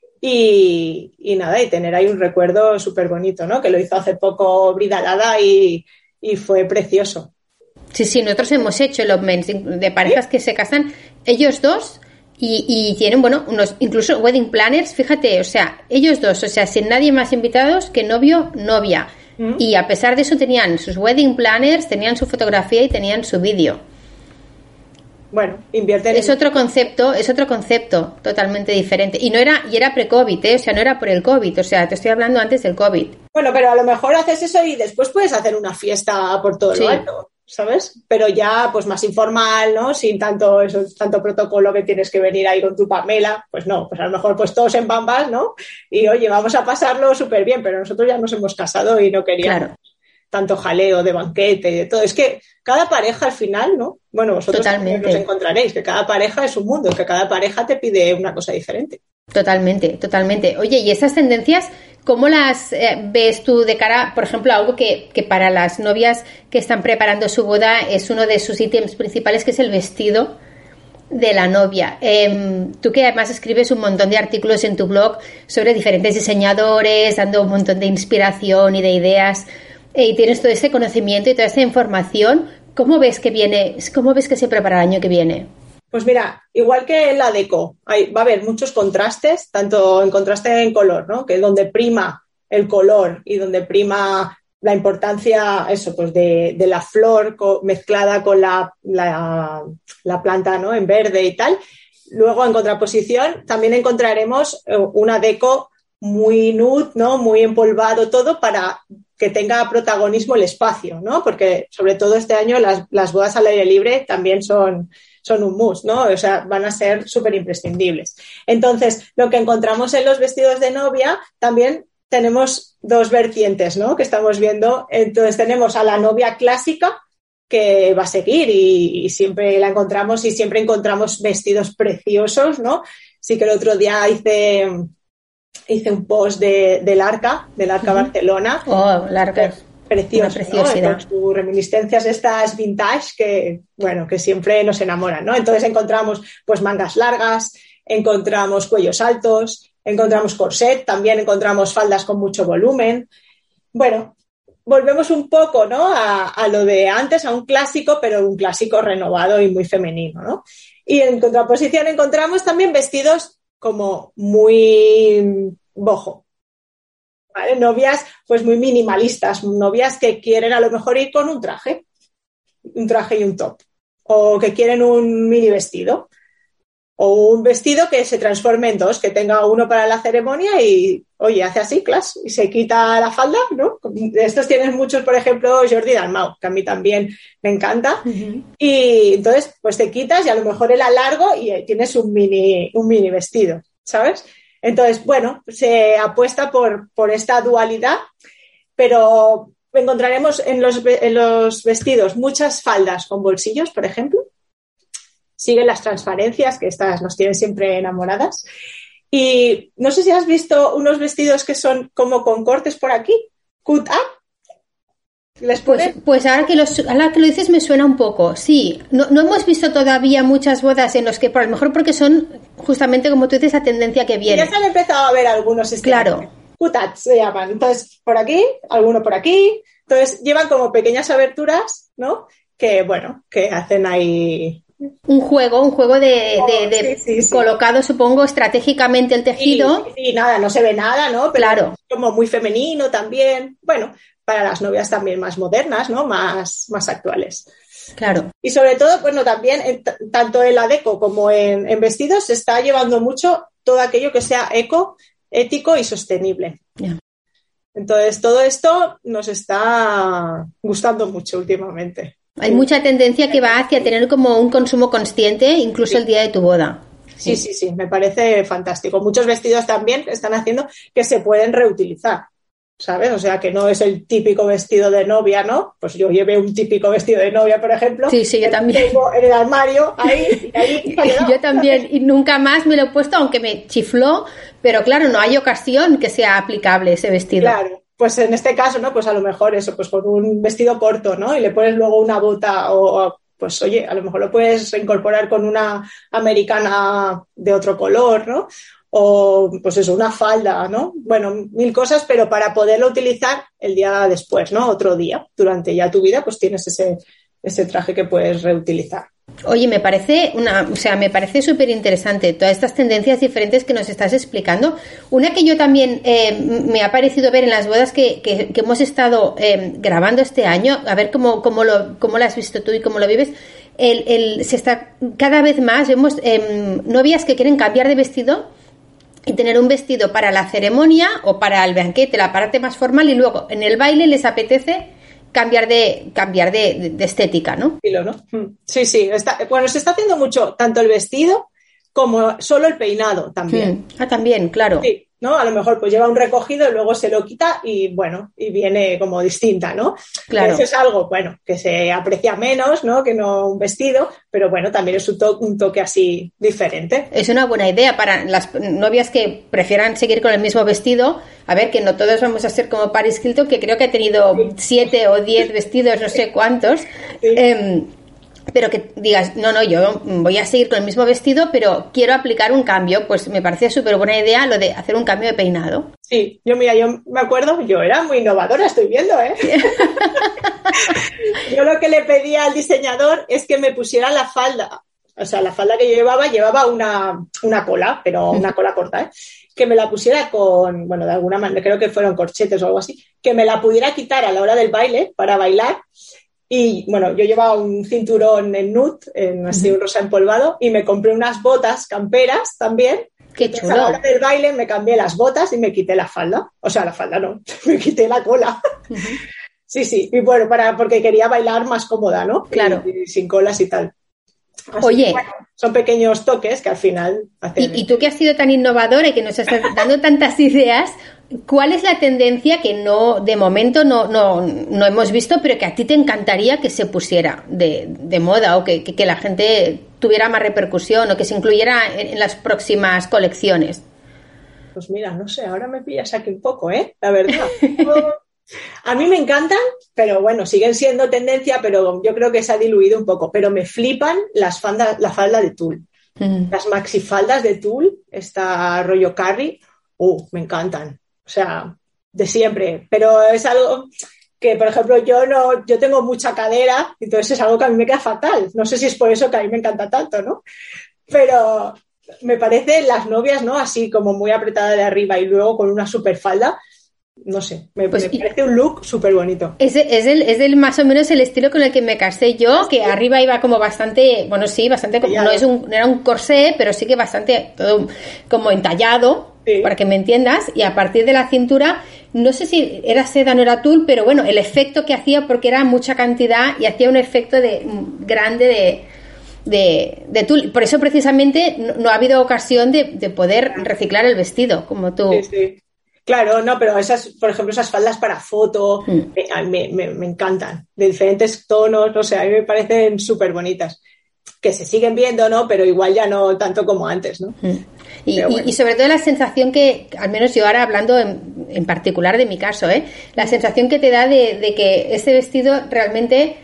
y nada, y tener ahí un recuerdo súper bonito, ¿no? Que lo hizo hace poco Brida Lada y fue precioso.
Sí, nosotros hemos hecho elopements de parejas que se casan ellos dos y tienen, bueno, unos incluso wedding planners, fíjate, o sea, ellos dos, o sea, sin nadie más invitados que novio, novia. Y a pesar de eso tenían sus wedding planners, tenían su fotografía y tenían su vídeo.
Bueno, invierten
es otro concepto totalmente diferente. Y era pre-COVID, o sea, no era por el COVID, o sea, te estoy hablando antes del COVID.
Bueno, pero a lo mejor haces eso y después puedes hacer una fiesta por todo lo alto, ¿sabes? Pero ya, pues más informal, ¿no? Sin tanto protocolo que tienes que venir ahí con tu Pamela, pues no, pues a lo mejor pues todos en bambas, ¿no? Y oye, vamos a pasarlo súper bien, pero nosotros ya nos hemos casado y no queríamos. Claro. tanto jaleo de banquete y de todo. Es que cada pareja al final, ¿no? Bueno, vosotros también os encontraréis, que cada pareja es un mundo, que cada pareja te pide una cosa diferente.
Totalmente. Oye, ¿y esas tendencias cómo las ves tú de cara, por ejemplo, a algo que para las novias que están preparando su boda es uno de sus ítems principales, que es el vestido de la novia? Tú que además escribes un montón de artículos en tu blog sobre diferentes diseñadores, dando un montón de inspiración y de ideas, y tienes todo este conocimiento y toda esta información, ¿cómo ves que se prepara el año que viene?
Pues mira, igual que en la deco, va a haber muchos contrastes, tanto en contraste en color, ¿no? Que es donde prima el color y donde prima la importancia, eso, pues de la flor mezclada con la planta, ¿no? En verde y tal. Luego, en contraposición, también encontraremos una deco muy nude, ¿no? Muy empolvado todo para que tenga protagonismo el espacio, ¿no? Porque sobre todo este año las bodas al aire libre también son un must, ¿no? O sea, van a ser súper imprescindibles. Entonces, lo que encontramos en los vestidos de novia, también tenemos dos vertientes, ¿no? Que estamos viendo. Entonces, tenemos a la novia clásica, que va a seguir y siempre la encontramos y siempre encontramos vestidos preciosos, ¿no? Sí que el otro día hice un post del Arca Barcelona.
Oh, el Arca.
Precioso, ¿no? Con sus reminiscencias estas vintage que siempre nos enamoran, ¿no? Entonces encontramos pues mangas largas, encontramos cuellos altos, encontramos corset, también encontramos faldas con mucho volumen. Bueno, volvemos un poco, ¿no? a lo de antes, a un clásico, pero un clásico renovado y muy femenino, ¿no? Y en contraposición encontramos también vestidos como muy boho. ¿Vale? Novias pues muy minimalistas, novias que quieren a lo mejor ir con un traje y un top, o que quieren un mini vestido, o un vestido que se transforme en dos, que tenga uno para la ceremonia y, oye, hace así, class, y se quita la falda, ¿no? De estos tienes muchos, por ejemplo, Jordi Dalmau, que a mí también me encanta, y entonces pues te quitas y a lo mejor el alargo y tienes un mini vestido, ¿sabes? Entonces, bueno, se apuesta por esta dualidad, pero encontraremos en los vestidos muchas faldas con bolsillos, por ejemplo. Siguen las transparencias, que estas nos tienen siempre enamoradas. Y no sé si has visto unos vestidos que son como con cortes por aquí, cut up.
Pues ahora que lo dices me suena un poco, sí. No hemos visto todavía muchas bodas en los que, por lo mejor porque son justamente, como tú dices, la tendencia que viene.
Ya se han empezado a ver algunos
claro.
Cut-ups se llaman. Entonces, por aquí, alguno por aquí. Entonces, llevan como pequeñas aberturas, ¿no? Que, bueno, que hacen ahí...
Un juego sí. Colocado, supongo, estratégicamente el tejido.
Sí, nada, no se ve nada, ¿no? Pero
claro.
Como muy femenino también. Bueno, para las novias también más modernas, ¿no? Más actuales.
Claro.
Y sobre todo, bueno, también, tanto en la deco como en vestidos, se está llevando mucho todo aquello que sea ético y sostenible.
Yeah.
Entonces, todo esto nos está gustando mucho últimamente.
Hay mucha tendencia que va hacia tener como un consumo consciente, incluso el día de tu boda.
Sí, me parece fantástico. Muchos vestidos también están haciendo que se pueden reutilizar, ¿sabes? O sea, que no es el típico vestido de novia, ¿no? Pues yo llevé un típico vestido de novia, por ejemplo.
Sí, yo también.
Tengo en el armario, ahí.
Yo también, y nunca más me lo he puesto, aunque me chifló, pero claro, no hay ocasión que sea aplicable ese vestido.
Claro. Pues en este caso, ¿no? Pues a lo mejor eso, pues con un vestido corto, ¿no? Y le pones luego una bota o pues oye, a lo mejor lo puedes incorporar con una americana de otro color, ¿no? O pues eso, una falda, ¿no? Bueno, 1000 cosas, pero para poderlo utilizar el día después, ¿no? Otro día, durante ya tu vida, pues tienes ese traje que puedes reutilizar.
Oye, me parece súper interesante todas estas tendencias diferentes que nos estás explicando. Una que yo también me ha parecido ver en las bodas que hemos estado grabando este año, a ver cómo lo has visto tú y cómo lo vives. Cada vez más vemos novias que quieren cambiar de vestido y tener un vestido para la ceremonia o para el banquete, la parte más formal, y luego en el baile les apetece cambiar de estética, ¿no?
Sí, se está haciendo mucho, tanto el vestido como solo el peinado también.
También, claro.
Sí, ¿no? A lo mejor pues lleva un recogido y luego se lo quita y bueno, y viene como distinta, ¿no?
Claro.
Eso es algo, bueno, que se aprecia menos, ¿no? Que no un vestido, pero bueno, también es un toque así diferente.
Es una buena idea para las novias que prefieran seguir con el mismo vestido. A ver, que no todos vamos a ser como Paris Hilton, que creo que ha tenido 7 o 10 vestidos, no sé cuántos. Sí. Pero que digas, no, yo voy a seguir con el mismo vestido, pero quiero aplicar un cambio, pues me parece súper buena idea lo de hacer un cambio de peinado.
Sí, yo me acuerdo, yo era muy innovadora, estoy viendo, ¿eh? Yo lo que le pedía al diseñador es que me pusiera la falda, o sea, la falda que yo llevaba una cola, pero una cola corta, ¿eh? Que me la pusiera con, bueno, de alguna manera, creo que fueron corchetes o algo así, que me la pudiera quitar a la hora del baile para bailar. Y bueno, yo llevaba un cinturón en nude, así un rosa empolvado, y me compré unas botas camperas también.
¡Qué chulo!
A la hora del baile me cambié las botas y me quité la falda. O sea, la falda no, me quité la cola. Uh-huh. Sí, y bueno, porque quería bailar más cómoda, ¿no?
Claro.
Y sin colas y tal. Así
Oye,
que, bueno, son pequeños toques que al final hacen...
Y tú que has sido tan innovadora y que nos estás dando tantas ideas, ¿cuál es la tendencia que no, de momento no hemos visto, pero que a ti te encantaría que se pusiera de moda o que la gente tuviera más repercusión o que se incluyera en las próximas colecciones?
Pues mira, no sé, ahora me pillas aquí un poco, la verdad. A mí me encantan, pero bueno, siguen siendo tendencia, pero yo creo que se ha diluido un poco. Pero me flipan la falda de tul. Las maxifaldas de tul, esta rollo Carrie, me encantan. O sea, de siempre. Pero es algo que, por ejemplo, yo tengo mucha cadera, entonces es algo que a mí me queda fatal. No sé si es por eso que a mí me encanta tanto, ¿no? Pero me parece las novias, ¿no? Así como muy apretada de arriba y luego con una super falda. No sé, me parece un look súper bonito.
Es el más o menos el estilo con el que me casé yo, que arriba iba como bastante, bueno, sí, bastante, como, no era un corsé, pero sí que bastante todo como entallado, sí, para que me entiendas, y a partir de la cintura, no sé si era seda o no era tul, pero bueno, el efecto que hacía, porque era mucha cantidad y hacía un efecto grande de tul. Por eso precisamente no ha habido ocasión de poder reciclar el vestido, como tú...
Sí. Claro, no, pero por ejemplo, esas faldas para foto me encantan, de diferentes tonos, no sé, a mí me parecen súper bonitas, que se siguen viendo, ¿no? Pero igual ya no tanto como antes, ¿no?
Y sobre todo la sensación que, al menos yo ahora hablando en particular de mi caso, la sensación que te da de que ese vestido realmente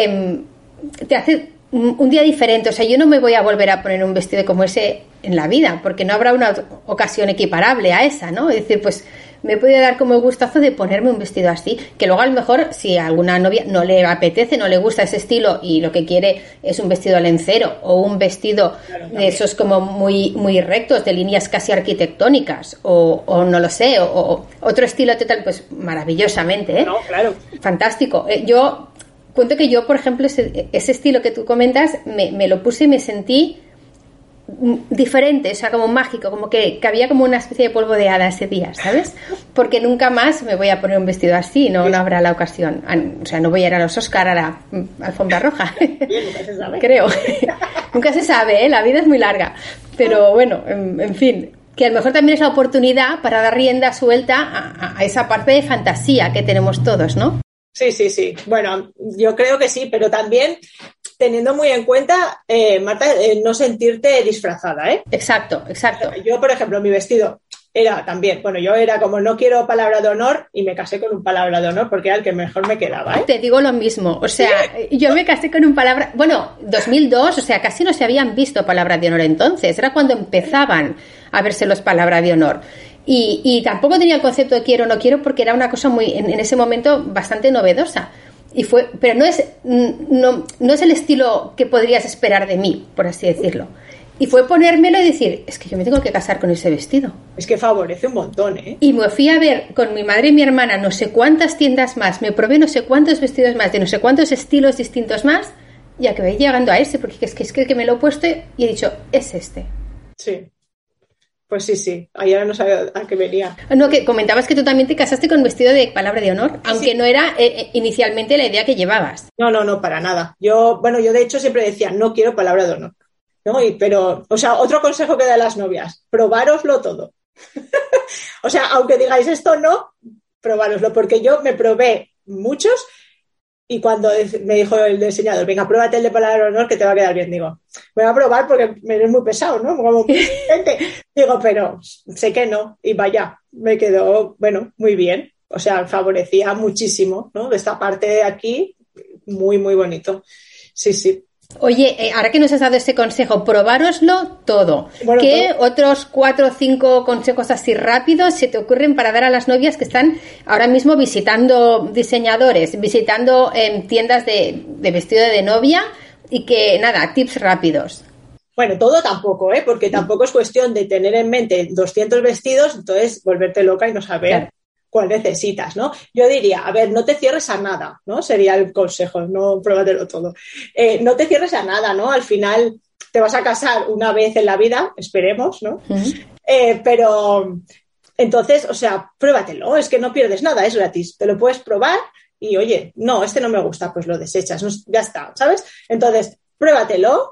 te hace un día diferente. O sea, yo no me voy a volver a poner un vestido como ese en la vida, porque no habrá una ocasión equiparable a esa, ¿no? Es decir, pues me he podido dar como el gustazo de ponerme un vestido así, que luego a lo mejor si a alguna novia no le apetece, no le gusta ese estilo y lo que quiere es un vestido lencero o un vestido de esos como muy, muy rectos, de líneas casi arquitectónicas o no lo sé, o otro estilo total, pues maravillosamente,
No, claro.
Fantástico. Yo cuento que yo, por ejemplo, ese estilo que tú comentas, me lo puse y me sentí diferente, o sea, como mágico, como que había como una especie de polvo de hada ese día, ¿sabes? Porque nunca más me voy a poner un vestido así, no habrá la ocasión. O sea, no voy a ir a los Oscar a la alfombra roja.
Nunca se sabe.
Creo. Nunca se sabe, la vida es muy larga. Pero bueno, en fin, que a lo mejor también es la oportunidad para dar rienda suelta a esa parte de fantasía que tenemos todos, ¿no?
Sí. Bueno, yo creo que sí, pero también teniendo muy en cuenta, Marta, no sentirte disfrazada, ¿eh?
Exacto.
Yo, por ejemplo, mi vestido era también, bueno, yo era como no quiero palabra de honor y me casé con un palabra de honor porque era el que mejor me quedaba, ¿eh?
Te digo lo mismo, o sea, yo me casé con un palabra, bueno, 2002, o sea, casi no se habían visto palabras de honor entonces, era cuando empezaban a verse los palabras de honor. Y tampoco tenía el concepto de quiero o no quiero porque era una cosa muy, en ese momento, bastante novedosa. Pero no es el estilo que podrías esperar de mí, por así decirlo. Y fue ponérmelo y decir, es que yo me tengo que casar con ese vestido. Es
que favorece un montón, ¿eh?
Y me fui a ver con mi madre y mi hermana no sé cuántas tiendas más, me probé no sé cuántos vestidos más, de no sé cuántos estilos distintos más, y acabé llegando a ese, porque es que el que me lo he puesto y he dicho, es este.
Sí. Pues sí, ahí ahora no sabía a qué venía.
No, que comentabas que tú también te casaste con vestido de palabra de honor, aunque no era inicialmente la idea que llevabas.
No, para nada. Yo de hecho siempre decía, no quiero palabra de honor. ¿no? Pero, o sea, otro consejo que da a las novias, probároslo todo. O sea, aunque digáis esto no, probároslo, porque yo me probé muchos y cuando me dijo el diseñador, venga, pruébate el de palabra de honor que te va a quedar bien, digo, me voy a probar porque eres muy pesado, ¿no? Como muy exigente. Digo, pero sé que no, y vaya, me quedó, bueno, muy bien, o sea, favorecía muchísimo, ¿no? De esta parte de aquí, muy, muy bonito. Sí, sí.
Oye, ahora que nos has dado este consejo, probároslo todo.
Bueno,
¿Qué
todo.
otros 4 o 5 consejos así rápidos se te ocurren para dar a las novias que están ahora mismo visitando diseñadores, visitando tiendas de vestido de novia y que, nada, tips rápidos?
Bueno, todo tampoco, porque tampoco es cuestión de tener en mente 200 vestidos, entonces volverte loca y no saber
Claro.
cuál necesitas, ¿no? Yo diría, a ver, no te cierres a nada, ¿no? Sería el consejo, no pruébatelo todo. No te cierres a nada, ¿no? Al final te vas a casar una vez en la vida, esperemos, ¿no?
Uh-huh.
Pero entonces, o sea, pruébatelo, es que no pierdes nada, es gratis, te lo puedes probar y, oye, no, este no me gusta, pues lo desechas, no, ya está, ¿sabes? Entonces, pruébatelo,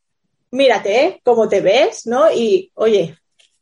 mírate cómo te ves, ¿no? Y, oye,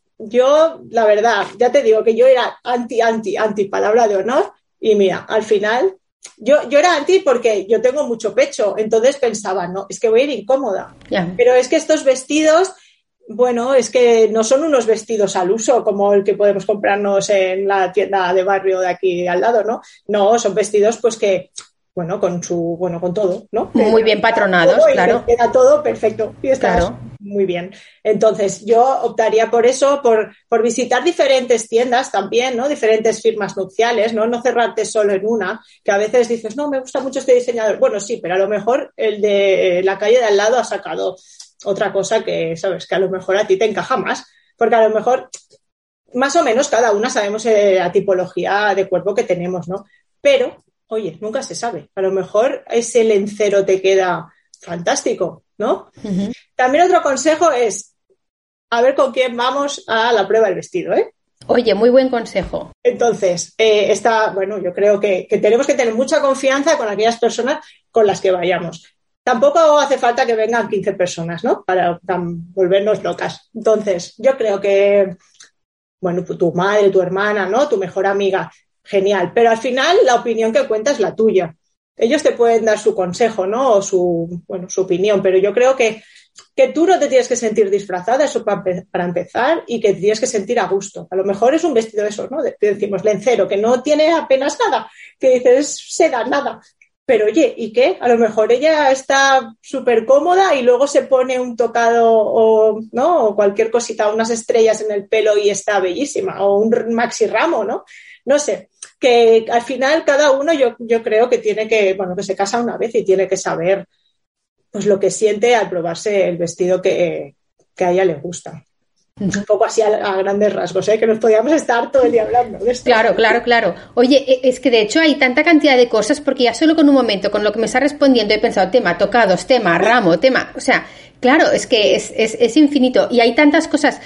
yo, la verdad, ya te digo que yo era anti palabra de honor y mira, al final, yo era anti porque yo tengo mucho pecho, entonces pensaba, no, es que voy a ir incómoda.
Yeah.
Pero es que estos vestidos, bueno, es que no son unos vestidos al uso como el que podemos comprarnos en la tienda de barrio de aquí al lado, ¿no? No, son vestidos pues que, bueno, con todo, ¿no?
Muy bien patronados, claro.
Queda todo perfecto y estás
Claro.
muy bien. Entonces, yo optaría por eso, por visitar diferentes tiendas también, ¿no? Diferentes firmas nupciales, ¿no? No cerrarte solo en una, que a veces dices, no, me gusta mucho este diseñador. Bueno, sí, pero a lo mejor el de la calle de al lado ha sacado otra cosa que, sabes, que a lo mejor a ti te encaja más, porque a lo mejor, más o menos, cada una sabemos la tipología de cuerpo que tenemos, ¿no? Pero, oye, nunca se sabe. A lo mejor ese lencero te queda fantástico, ¿no?
Uh-huh.
También otro consejo es a ver con quién vamos a la prueba del vestido, ¿eh?
Oye, muy buen consejo.
Entonces, bueno, yo creo que tenemos que tener mucha confianza con aquellas personas con las que vayamos. Tampoco hace falta que vengan 15 personas, ¿no? Para volvernos locas. Entonces, yo creo que, bueno, tu madre, tu hermana, ¿no? Tu mejor amiga, genial. Pero al final la opinión que cuenta es la tuya. Ellos te pueden dar su consejo, ¿no? O su opinión, pero yo creo que tú no te tienes que sentir disfrazada, eso para empezar, y que te tienes que sentir a gusto. A lo mejor es un vestido de esos, ¿no? Decimos lencero, que no tiene apenas nada, que dices seda, nada. Pero oye, ¿y qué? A lo mejor ella está súper cómoda y luego se pone un tocado ¿no? O cualquier cosita, unas estrellas en el pelo y está bellísima, o un maxi ramo, ¿no? No sé, que al final cada uno yo creo que tiene que se casa una vez y tiene que saber pues lo que siente al probarse el vestido que a ella le gusta. Un poco así a grandes rasgos, que nos podíamos estar todo el día hablando de esto.
Claro. Oye, es que de hecho hay tanta cantidad de cosas porque ya solo con un momento, con lo que me está respondiendo, he pensado tema tocados, tema ramo, tema, o sea, claro, es que es infinito y hay tantas cosas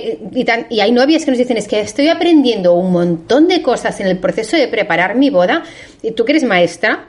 y hay novias que nos dicen es que estoy aprendiendo un montón de cosas en el proceso de preparar mi boda y tú que eres maestra,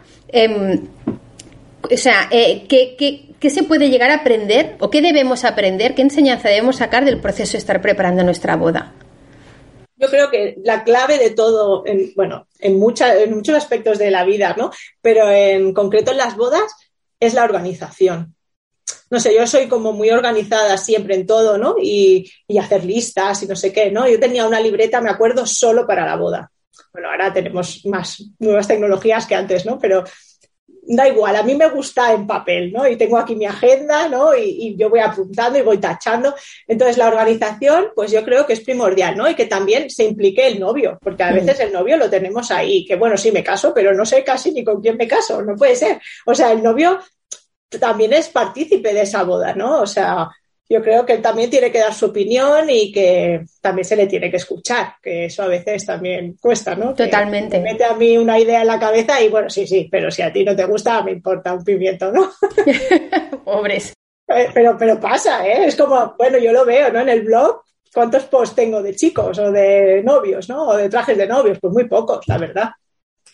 o sea, ¿qué se puede llegar a aprender o qué debemos aprender, qué enseñanza debemos sacar del proceso de estar preparando nuestra boda?
Yo creo que la clave de todo, en muchos aspectos de la vida, ¿no? Pero en concreto en las bodas, es la organización. No sé, yo soy como muy organizada siempre en todo, ¿no? Y hacer listas y no sé qué, ¿no? Yo tenía una libreta, me acuerdo, solo para la boda. Bueno, ahora tenemos más nuevas tecnologías que antes, ¿no? Pero da igual, a mí me gusta en papel, ¿no? Y tengo aquí mi agenda, ¿no? Y yo voy apuntando y voy tachando. Entonces, la organización, pues yo creo que es primordial, ¿no? Y que también se implique el novio, porque a veces el novio lo tenemos ahí, que bueno, sí me caso, pero no sé casi ni con quién me caso, no puede ser. O sea, el novio también es partícipe de esa boda, ¿no? O sea, yo creo que él también tiene que dar su opinión y que también se le tiene que escuchar, que eso a veces también cuesta, ¿no?
Totalmente.
Que me mete a mí una idea en la cabeza y bueno, sí, pero si a ti no te gusta, me importa un pimiento, ¿no?
Pobres.
Pero pasa, ¿eh? Es como, bueno, yo lo veo, ¿no? En el blog, ¿cuántos posts tengo de chicos o de novios, ¿no? O de trajes de novios? Pues muy pocos, la verdad.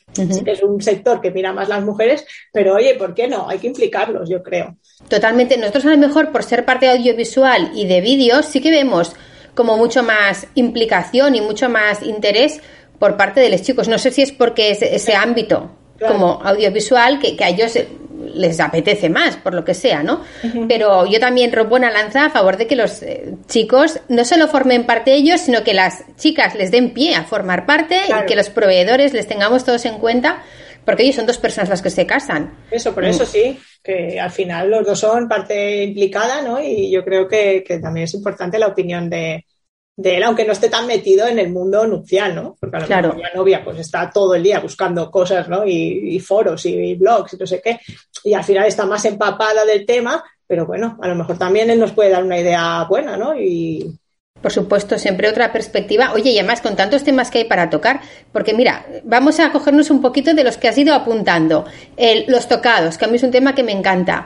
Sí que es un sector que mira más las mujeres, pero oye, ¿por qué no? Hay que implicarlos, yo creo.
Totalmente. Nosotros a lo mejor por ser parte de audiovisual y de vídeos sí que vemos como mucho más implicación y mucho más interés por parte de los chicos. No sé si es porque es ese ámbito como audiovisual que a ellos les apetece más, por lo que sea, ¿no? Pero yo también rompo una lanza a favor de que los chicos no solo formen parte de ellos, sino que las chicas les den pie a formar parte y que los proveedores les tengamos todos en cuenta, porque ellos son dos personas las que se casan.
Eso, por eso sí, que al final los dos son parte implicada, ¿no? Y yo creo que también es importante la opinión de él, aunque no esté tan metido en el mundo nupcial, ¿no? Porque a lo mejor la novia pues está todo el día buscando cosas, ¿no? Y foros y blogs y no sé qué, y al final está más empapada del tema, pero bueno, a lo mejor también él nos puede dar una idea buena, ¿no? Y
por supuesto, siempre otra perspectiva. Oye, y además con tantos temas que hay para tocar, porque mira, vamos a cogernos un poquito de los que has ido apuntando. Los tocados, que a mí es un tema que me encanta.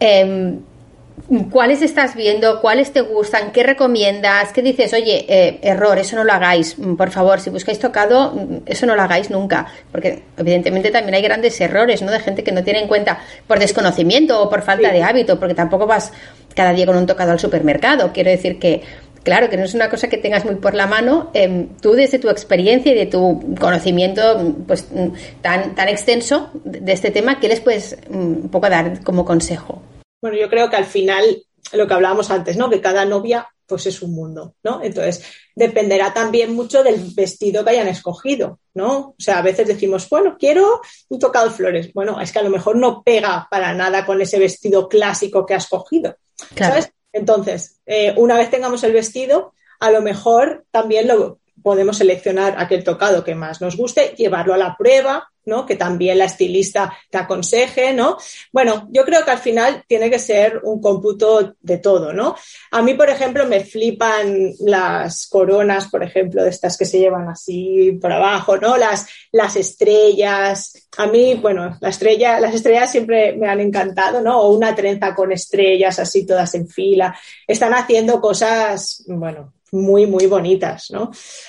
¿Cuáles estás viendo? ¿Cuáles te gustan? ¿Qué recomiendas? ¿Qué dices? Oye, error, eso no lo hagáis. Por favor, si buscáis tocado, eso no lo hagáis nunca. Porque evidentemente también hay grandes errores, ¿no? De gente que no tiene en cuenta por desconocimiento o por falta de hábito, porque tampoco vas cada día con un tocado al supermercado. Quiero decir que, claro, que no es una cosa que tengas muy por la mano. Tú, desde tu experiencia y de tu conocimiento pues tan extenso de este tema, ¿qué les puedes un poco dar como consejo?
Bueno, yo creo que al final, lo que hablábamos antes, ¿no? Que cada novia pues es un mundo, ¿no? Entonces, dependerá también mucho del vestido que hayan escogido, ¿no? O sea, a veces decimos, bueno, quiero un tocado de flores. Bueno, es que a lo mejor no pega para nada con ese vestido clásico que has cogido, ¿sabes? Entonces, una vez tengamos el vestido, a lo mejor también podemos seleccionar aquel tocado que más nos guste, llevarlo a la prueba, ¿no? Que también la estilista te aconseje, ¿no? Bueno, yo creo que al final tiene que ser un cómputo de todo, ¿no? A mí, por ejemplo, me flipan las coronas, por ejemplo, de estas que se llevan así por abajo, ¿no? Las estrellas. A mí, bueno, las estrellas siempre me han encantado, ¿no? O una trenza con estrellas así todas en fila. Están haciendo cosas, bueno, muy, muy bonitas, ¿no?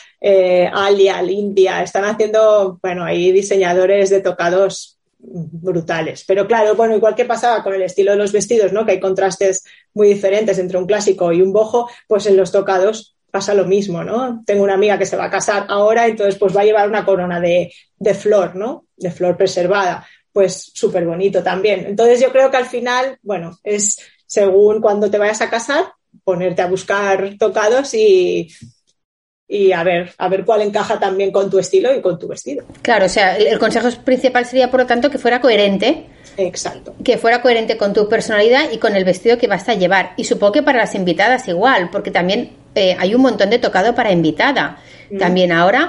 Alia, India, están haciendo, bueno, hay diseñadores de tocados brutales. Pero claro, bueno, igual que pasaba con el estilo de los vestidos, ¿no? Que hay contrastes muy diferentes entre un clásico y un boho, pues en los tocados pasa lo mismo, ¿no? Tengo una amiga que se va a casar ahora, entonces pues va a llevar una corona de flor, ¿no? De flor preservada. Pues súper bonito también. Entonces yo creo que al final, bueno, es según cuando te vayas a casar, ponerte a buscar tocados y a ver cuál encaja también con tu estilo y con tu vestido.
Claro, o sea, el consejo principal sería, por lo tanto, que fuera coherente.
Exacto.
Que fuera coherente con tu personalidad y con el vestido que vas a llevar. Y supongo que para las invitadas igual, porque también hay un montón de tocado para invitada también ahora.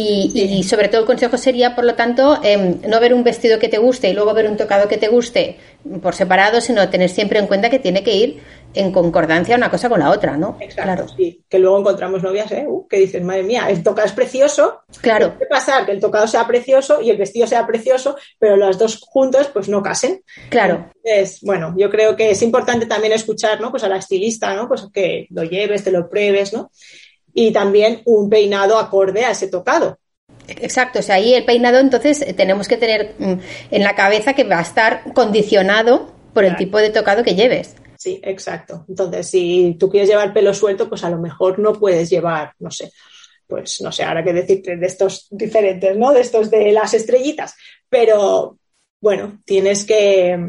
Y sobre todo el consejo sería, por lo tanto, no ver un vestido que te guste y luego ver un tocado que te guste por separado, sino tener siempre en cuenta que tiene que ir en concordancia una cosa con la otra, ¿no?
Exacto,
claro.
Sí. Que luego encontramos novias, que dicen, madre mía, el tocado es precioso.
Claro.
Puede pasar que el tocado sea precioso y el vestido sea precioso, pero los dos juntos pues no casen.
Claro.
Entonces, bueno, yo creo que es importante también escuchar, ¿no? Pues a la estilista, ¿no? Pues que lo lleves, te lo pruebes, ¿no? Y también un peinado acorde a ese tocado.
Exacto, o sea, ahí el peinado entonces tenemos que tener en la cabeza que va a estar condicionado por el tipo de tocado que lleves.
Sí, exacto. Entonces, si tú quieres llevar pelo suelto, pues a lo mejor no puedes llevar, no sé, pues no sé, ahora qué decirte de estos diferentes, ¿no? De estos de las estrellitas. Pero, bueno, tienes que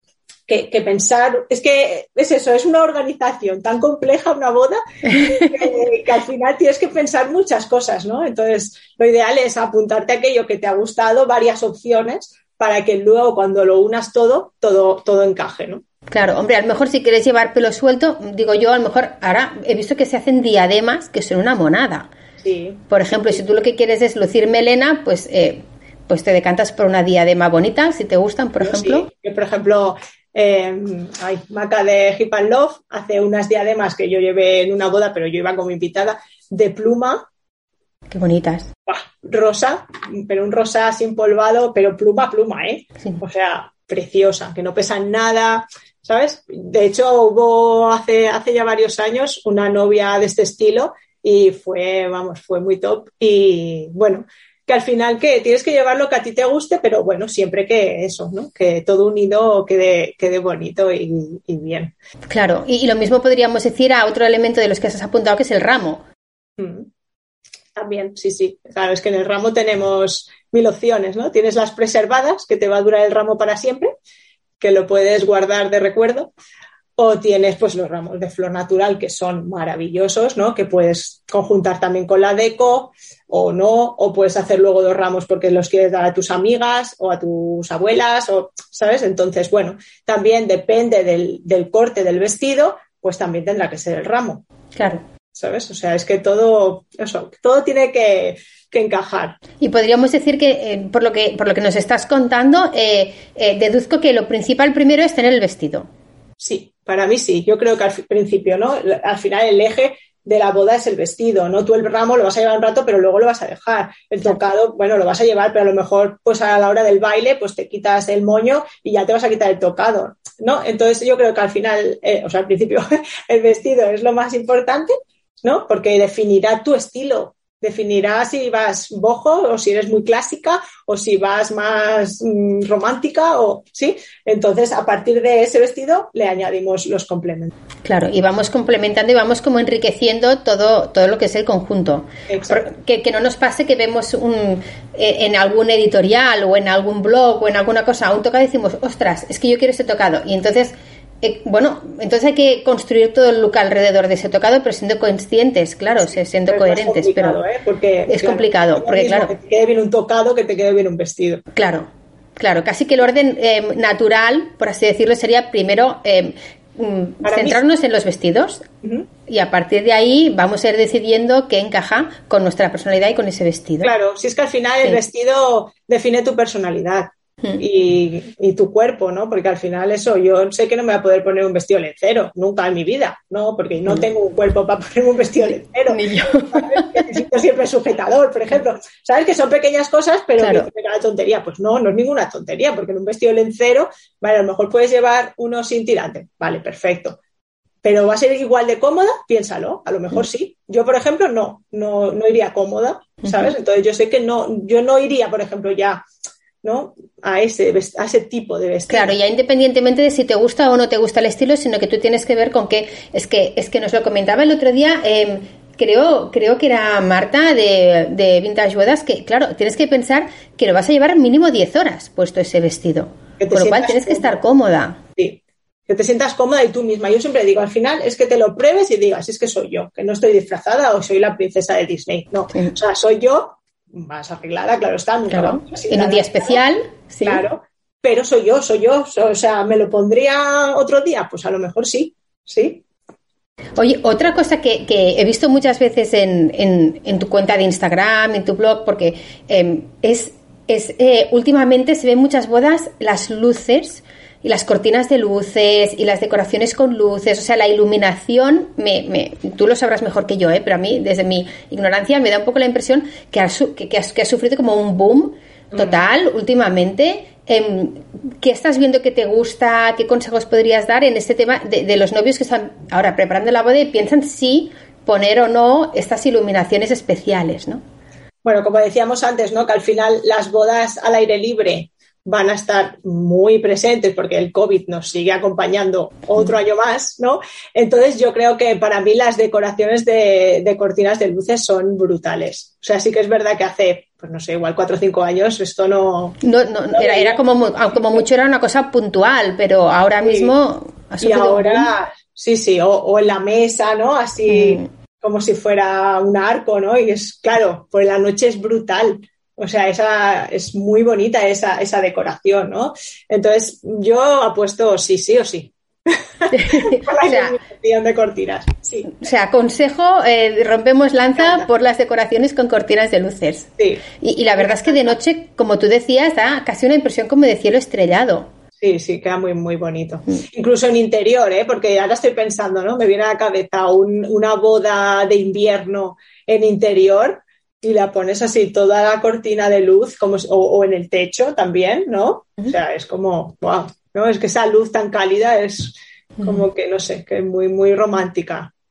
pensar, es que es eso, es una organización tan compleja, una boda, que al final tienes que pensar muchas cosas, ¿no? Entonces, lo ideal es apuntarte a aquello que te ha gustado, varias opciones, para que luego cuando lo unas todo encaje, ¿no?
Claro, hombre, a lo mejor si quieres llevar pelo suelto, digo yo, a lo mejor ahora he visto que se hacen diademas que son una monada.
Sí.
Por ejemplo, si tú lo que quieres es lucir melena, pues te decantas por una diadema bonita, si te gustan, por ejemplo.
Sí. Yo, por ejemplo, Maca de Hip and Love hace unas diademas que yo llevé en una boda, pero yo iba como invitada, de pluma.
Qué bonitas.
Rosa, pero un rosa así empolvado, pero pluma, ¿eh?
Sí.
O sea, preciosa, que no pesan nada, ¿sabes? De hecho, hubo hace ya varios años una novia de este estilo y fue muy top. Y bueno, que al final que tienes que llevar lo que a ti te guste, pero bueno, siempre que eso, ¿no? Que todo unido quede bonito y bien.
Claro, y lo mismo podríamos decir a otro elemento de los que has apuntado, que es el ramo.
También, sí. Claro, es que en el ramo tenemos 1000 opciones, ¿no? Tienes las preservadas, que te va a durar el ramo para siempre, que lo puedes guardar de recuerdo. O tienes pues los ramos de flor natural, que son maravillosos, ¿no? Que puedes conjuntar también con la deco o no, o puedes hacer luego 2 ramos porque los quieres dar a tus amigas o a tus abuelas, o, ¿sabes? Entonces, bueno, también depende del corte del vestido, pues también tendrá que ser el ramo.
Claro.
¿Sabes? O sea, es que todo tiene que encajar.
Y podríamos decir que, por lo que nos estás contando, deduzco que lo principal primero es tener el vestido.
Sí, para mí sí. Yo creo que al principio, ¿no? Al final el eje de la boda es el vestido, ¿no? Tú el ramo lo vas a llevar un rato, pero luego lo vas a dejar. El tocado, bueno, lo vas a llevar, pero a lo mejor, pues a la hora del baile, pues te quitas el moño y ya te vas a quitar el tocado, ¿no? Entonces yo creo que al final, al principio, el vestido es lo más importante, ¿no? Porque definirá tu estilo. Definirá si vas boho o si eres muy clásica o si vas más romántica o sí. Entonces, a partir de ese vestido le añadimos los complementos.
Claro, y vamos complementando y vamos como enriqueciendo todo lo que es el conjunto. Que no nos pase que vemos en algún editorial o en algún blog o en alguna cosa un tocado y decimos, ostras, es que yo quiero ese tocado. Y entonces... entonces hay que construir todo el look alrededor de ese tocado, pero siendo conscientes, claro, siendo coherentes, pero
porque,
es complicado, porque claro,
que te quede bien un tocado, que te quede bien un vestido.
Claro, casi que el orden natural, por así decirlo, sería primero centrarnos en los vestidos y a partir de ahí vamos a ir decidiendo qué encaja con nuestra personalidad y con ese vestido.
Claro, si es que al final el vestido define tu personalidad. Y tu cuerpo, ¿no? Porque al final yo sé que no me voy a poder poner un vestido lencero, nunca en mi vida, ¿no? Porque no tengo un cuerpo para ponerme un vestido lencero.
Ni yo.
Necesito siempre sujetador, por ejemplo. ¿Sabes? Que son pequeñas cosas, pero
claro.
Que la tontería. Pues no es ninguna tontería, porque en un vestido lencero, vale, a lo mejor puedes llevar uno sin tirante, vale, perfecto. Pero ¿va a ser igual de cómoda? Piénsalo, a lo mejor sí. Yo, por ejemplo, no iría cómoda, ¿sabes? Entonces yo sé que yo no iría, por ejemplo, ya... ¿no? a ese tipo de vestido.
Claro, ya independientemente de si te gusta o no te gusta el estilo, sino que tú tienes que ver con qué es que nos lo comentaba el otro día, creo que era Marta de Vintage Bodas, que claro, tienes que pensar que lo vas a llevar mínimo 10 horas puesto ese vestido, por lo cual tienes que estar cómoda.
Sí, que te sientas cómoda y tú misma. Yo siempre digo, al final es que te lo pruebes y digas, es que soy yo, que no estoy disfrazada o soy la princesa de Disney, no, o sea, soy yo más arreglada, claro está, nunca
claro. En un día especial, sí.
Claro, pero soy yo, o sea, ¿me lo pondría otro día? Pues a lo mejor sí.
Oye, otra cosa que he visto muchas veces en tu cuenta de Instagram, en tu blog, porque últimamente se ven muchas bodas las luces y las cortinas de luces y las decoraciones con luces, o sea, la iluminación, tú lo sabrás mejor que yo, pero a mí, desde mi ignorancia, me da un poco la impresión que ha sufrido como un boom total últimamente. ¿Qué estás viendo que te gusta? ¿Qué consejos podrías dar en este tema de los novios que están ahora preparando la boda y piensan si poner o no estas iluminaciones especiales, ¿no?
Bueno, como decíamos antes, ¿no? Que al final las bodas al aire libre van a estar muy presentes porque el COVID nos sigue acompañando otro año más, ¿no? Entonces yo creo que para mí las decoraciones de cortinas de luces son brutales. O sea, sí que es verdad que hace, pues no sé, igual 4 o 5 años esto no
era como mucho era una cosa puntual, pero ahora mismo
y ahora sí, o en la mesa, ¿no? Así como si fuera un arco, ¿no? Y es claro, por la noche es brutal. O sea, esa es muy bonita esa decoración, ¿no? Entonces, yo apuesto sí o sí. Por la iluminación de cortinas. Sí.
O sea, consejo, rompemos lanza por las decoraciones con cortinas de luces.
Sí.
Y la verdad es que de noche, como tú decías, da casi una impresión como de cielo estrellado.
Sí, queda muy, muy bonito. Incluso en interior, porque ahora estoy pensando, ¿no? Me viene a la cabeza una boda de invierno en interior y la pones así toda la cortina de luz o en el techo también, ¿no? O sea, es como, wow, ¿no? Es que esa luz tan cálida es como que, no sé, que es muy, muy romántica.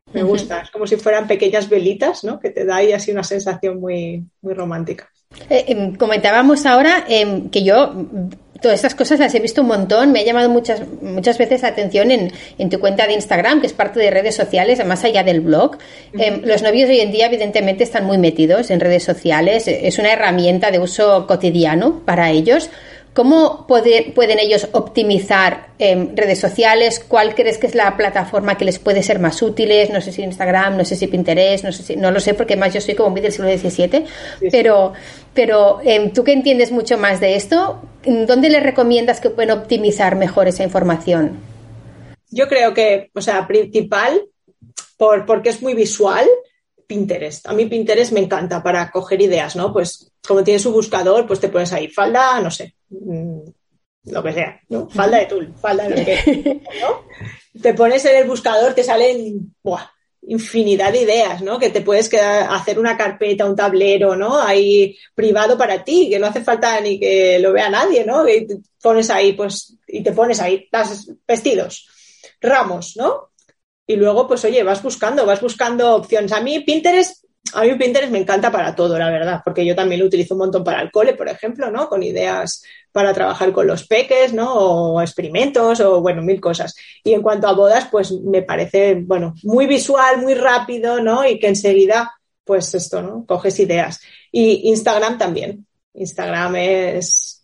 Me gusta, es como si fueran pequeñas velitas, ¿no? Que te da ahí así una sensación muy, muy romántica.
Comentábamos ahora que yo todas estas cosas las he visto un montón, me ha llamado muchas veces la atención en tu cuenta de Instagram, que es parte de redes sociales, más allá del blog. Los novios hoy en día evidentemente están muy metidos en redes sociales, es una herramienta de uso cotidiano para ellos. ¿Cómo pueden ellos optimizar redes sociales? ¿Cuál crees que es la plataforma que les puede ser más útiles? No sé si Instagram, no sé si Pinterest, no lo sé porque más yo soy como muy del siglo XVII, sí. Pero tú que entiendes mucho más de esto, ¿dónde les recomiendas que pueden optimizar mejor esa información?
Yo creo que, principal, porque es muy visual, Pinterest. A mí Pinterest me encanta para coger ideas, ¿no? Pues como tiene su buscador, pues te pones ahí falda, no sé, lo que sea, ¿no? Falda de tul, falda de no sé qué, ¿no? Te pones en el buscador, te salen infinidad de ideas, ¿no? Que te puedes hacer una carpeta, un tablero, ¿no? Ahí privado para ti, que no hace falta ni que lo vea nadie, ¿no? Y te pones ahí, y te pones ahí vestidos, ramos, ¿no? Y luego, pues oye, vas buscando opciones. A mí Pinterest me encanta para todo, la verdad, porque yo también lo utilizo un montón para el cole, por ejemplo, ¿no? Con ideas para trabajar con los peques, ¿no? O experimentos, o bueno, mil cosas. Y en cuanto a bodas, pues me parece, muy visual, muy rápido, ¿no? Y que enseguida, pues esto, ¿no? Coges ideas. Y Instagram también. Instagram es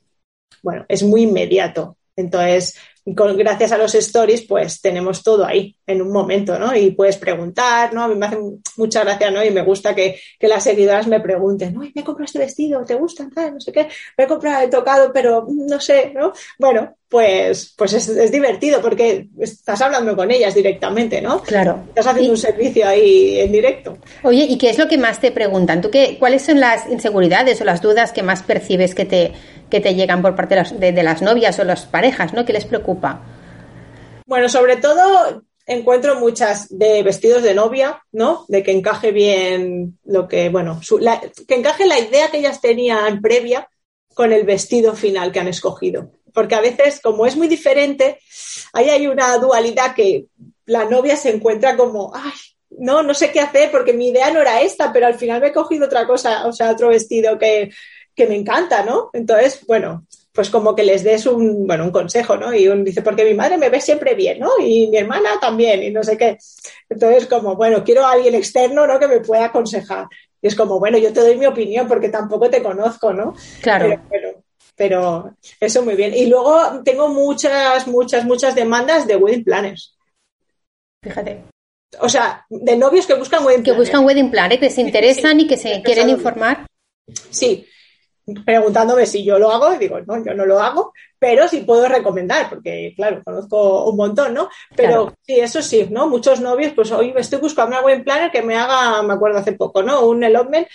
muy inmediato. Entonces, gracias a los stories, pues tenemos todo ahí en un momento, ¿no? Y puedes preguntar, ¿no? A mí me hace mucha gracia, ¿no? Y me gusta que las seguidoras me pregunten, me he comprado este vestido, ¿te gusta? No sé qué, me he comprado, he tocado, pero no sé, ¿no? Bueno, pues es divertido porque estás hablando con ellas directamente, ¿no?
Claro.
Estás haciendo un servicio ahí en directo.
Oye, ¿y qué es lo que más te preguntan? ¿Cuáles son las inseguridades o las dudas que más percibes que te llegan por parte de las novias o las parejas, ¿no? ¿Qué les preocupa?
Bueno, sobre todo encuentro muchas de vestidos de novia, ¿no? De que encaje bien que encaje la idea que ellas tenían previa con el vestido final que han escogido. Porque a veces, como es muy diferente, ahí hay una dualidad que la novia se encuentra como, no sé qué hacer porque mi idea no era esta, pero al final me he cogido otra cosa, otro vestido que me encanta, ¿no? Entonces, pues como que les des un consejo, ¿no? Y dice, porque mi madre me ve siempre bien, ¿no? Y mi hermana también, y no sé qué. Entonces, como, quiero a alguien externo, ¿no? Que me pueda aconsejar. Y es como, yo te doy mi opinión porque tampoco te conozco, ¿no?
Claro.
Pero eso muy bien. Y luego tengo muchas demandas de wedding planners.
Fíjate.
O sea, de novios que buscan wedding planners.
Que buscan wedding planners, que se interesan y que se quieren informar.
Sí. Preguntándome si yo lo hago, y digo, no, yo no lo hago, pero sí puedo recomendar, porque, claro, conozco un montón, ¿no? Pero claro. Sí, eso sí, ¿no? Muchos novios, pues hoy estoy buscando una wedding planner que me haga, me acuerdo hace poco, ¿no? Un elopement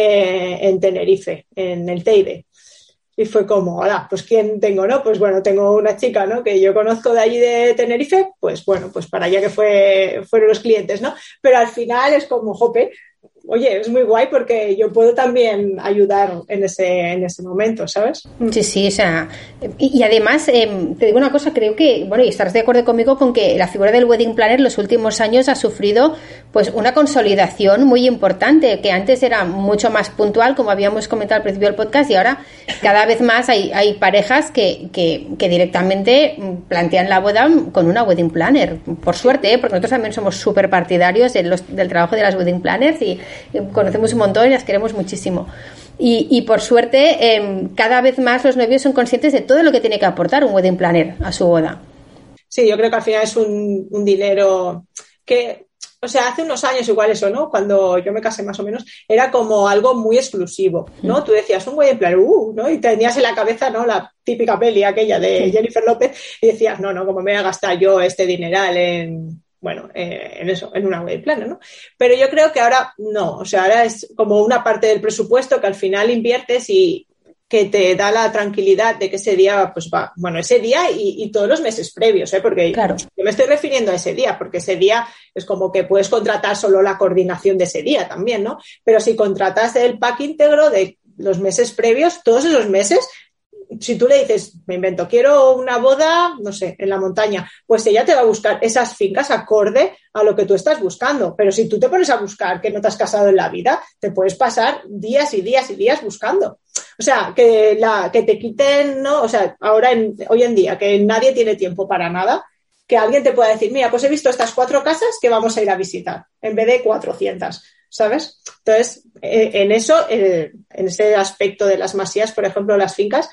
en Tenerife, en el Teide. Y fue como, hola, pues ¿quién tengo, no? Pues tengo una chica, ¿no? Que yo conozco de allí de Tenerife, pues para allá que fueron los clientes, ¿no? Pero al final es como, jope, oye, es muy guay porque yo puedo también ayudar en ese momento, ¿sabes?
Sí, o sea, y además, te digo una cosa, creo que, y estarás de acuerdo conmigo con que la figura del wedding planner en los últimos años ha sufrido pues una consolidación muy importante, que antes era mucho más puntual, como habíamos comentado al principio del podcast, y ahora cada vez más hay parejas que directamente plantean la boda con una wedding planner, por suerte, porque nosotros también somos súper partidarios del trabajo de las wedding planners y conocemos un montón y las queremos muchísimo. Y por suerte, cada vez más los novios son conscientes de todo lo que tiene que aportar un wedding planner a su boda.
Sí, yo creo que al final es un dinero que, hace unos años igual eso, ¿no? Cuando yo me casé más o menos, era como algo muy exclusivo, ¿no? Tú decías, un wedding planner, ¿no? Y tenías en la cabeza, ¿no? La típica peli aquella de Jennifer López y decías, no, ¿cómo me voy a gastar yo este dineral en eso, en una wedding planner, ¿no? Pero yo creo que ahora no, ahora es como una parte del presupuesto que al final inviertes y que te da la tranquilidad de que ese día, pues va, ese día y todos los meses previos, porque
claro.
Yo me estoy refiriendo a ese día, porque ese día es como que puedes contratar solo la coordinación de ese día también, ¿no? Pero si contratas el pack íntegro de los meses previos, todos esos meses si tú le dices, me invento, quiero una boda, no sé, en la montaña, pues ella te va a buscar esas fincas acorde a lo que tú estás buscando. Pero si tú te pones a buscar que no te has casado en la vida, te puedes pasar días y días y días buscando. O sea, que te quiten, ¿no? O sea, hoy en día, que nadie tiene tiempo para nada, que alguien te pueda decir, mira, pues he visto estas 4 casas que vamos a ir a visitar, en vez de 400, ¿sabes? Entonces, en ese aspecto de las masías, por ejemplo, las fincas,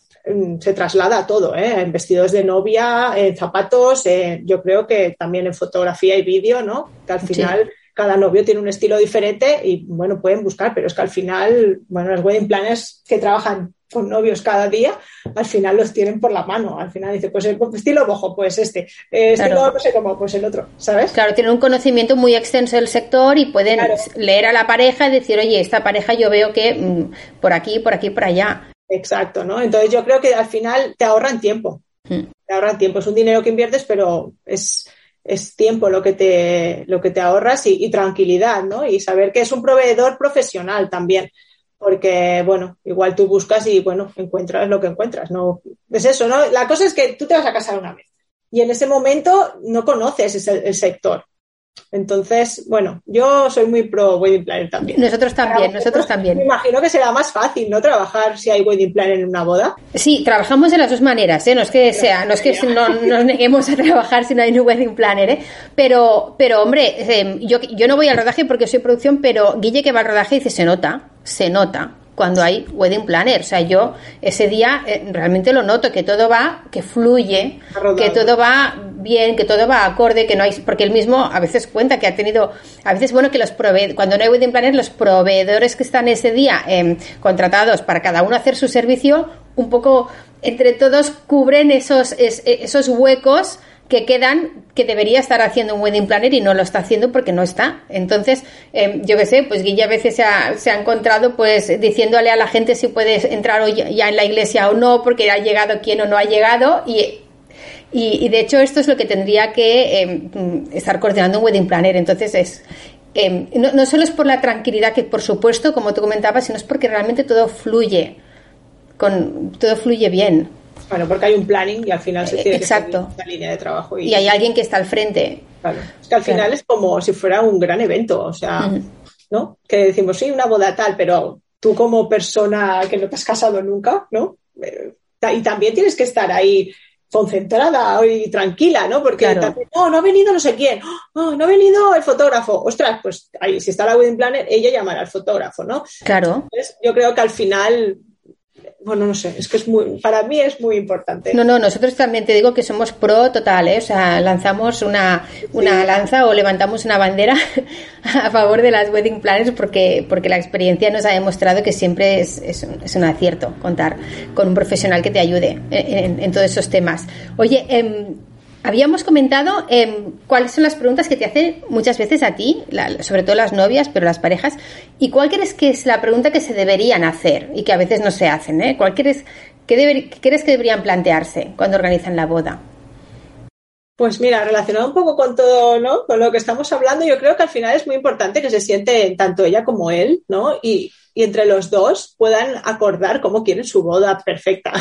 se traslada a todo, en vestidos de novia, en zapatos, yo creo que también en fotografía y vídeo, ¿no? Que al final cada novio tiene un estilo diferente y, bueno, pueden buscar, pero es que al final, bueno, los wedding planners que trabajan con novios cada día, al final los tienen por la mano. Al final dice, pues el estilo bojo, pues estilo no sé cómo, pues el otro, ¿sabes?
Claro, tienen un conocimiento muy extenso del sector y pueden leer a la pareja y decir, oye, esta pareja yo veo que por aquí, por allá.
Exacto, ¿no? Entonces yo creo que al final te ahorran tiempo. Te ahorran tiempo. Es un dinero que inviertes, pero es tiempo lo que te ahorras y tranquilidad, ¿no? Y saber que es un proveedor profesional también. Porque, bueno, igual tú buscas y, bueno, encuentras lo que encuentras, ¿no? Es eso, ¿no? La cosa es que tú te vas a casar una vez y en ese momento no conoces el sector. Entonces, bueno, yo soy muy pro wedding planner también.
Nosotros también.
Me imagino que será más fácil, ¿no? Trabajar si hay wedding planner en una boda.
Sí, trabajamos de las dos maneras, ¿eh? No es que no nos neguemos a trabajar si no hay un wedding planner, ¿eh? Pero hombre, yo no voy al rodaje porque soy producción, pero Guille que va al rodaje dice, se nota cuando hay wedding planner. O sea, yo ese día realmente lo noto, que todo va, que fluye, que todo va bien, que todo va acorde, que no hay, porque él mismo a veces cuenta que ha tenido, a veces bueno que cuando no hay wedding planner, los proveedores que están ese día contratados para cada uno hacer su servicio, un poco entre todos cubren esos huecos que quedan, que debería estar haciendo un wedding planner y no lo está haciendo porque no está. Entonces, yo qué sé, pues Guille a veces se ha encontrado pues diciéndole a la gente si puede entrar hoy ya en la iglesia o no, porque ha llegado quien o no ha llegado y de hecho esto es lo que tendría que estar coordinando un wedding planner. Entonces no solo es por la tranquilidad que por supuesto, como tú comentabas, sino es porque realmente todo fluye bien.
Bueno, porque hay un planning y al final se tiene que seguir esa línea de trabajo.
Y hay alguien que está al frente.
Claro. Es que al final es como si fuera un gran evento, o sea, ¿no? Que decimos, sí, una boda tal, pero tú como persona que no te has casado nunca, ¿no? Y también tienes que estar ahí concentrada y tranquila, ¿no? Porque también, no ha venido no sé quién, no ha venido el fotógrafo. Ostras, pues ahí, si está la wedding planner, ella llamará al fotógrafo, ¿no?
Claro.
Entonces, yo creo que al final... Bueno, no sé, es que para mí es muy importante.
No, nosotros también te digo que somos pro total, ¿eh? O sea, lanzamos una lanza o levantamos una bandera a favor de las wedding planners porque la experiencia nos ha demostrado que siempre es un acierto contar con un profesional que te ayude en todos esos temas. Oye, habíamos comentado cuáles son las preguntas que te hacen muchas veces a ti, sobre todo las novias, pero las parejas, y cuál crees que es la pregunta que se deberían hacer y que a veces no se hacen, ¿eh? ¿Cuál crees que deberían plantearse cuando organizan la boda?
Pues mira, relacionado un poco con todo, ¿no? Con lo que estamos hablando, yo creo que al final es muy importante que se siente tanto ella como él, ¿no? Y entre los dos puedan acordar cómo quieren su boda perfecta.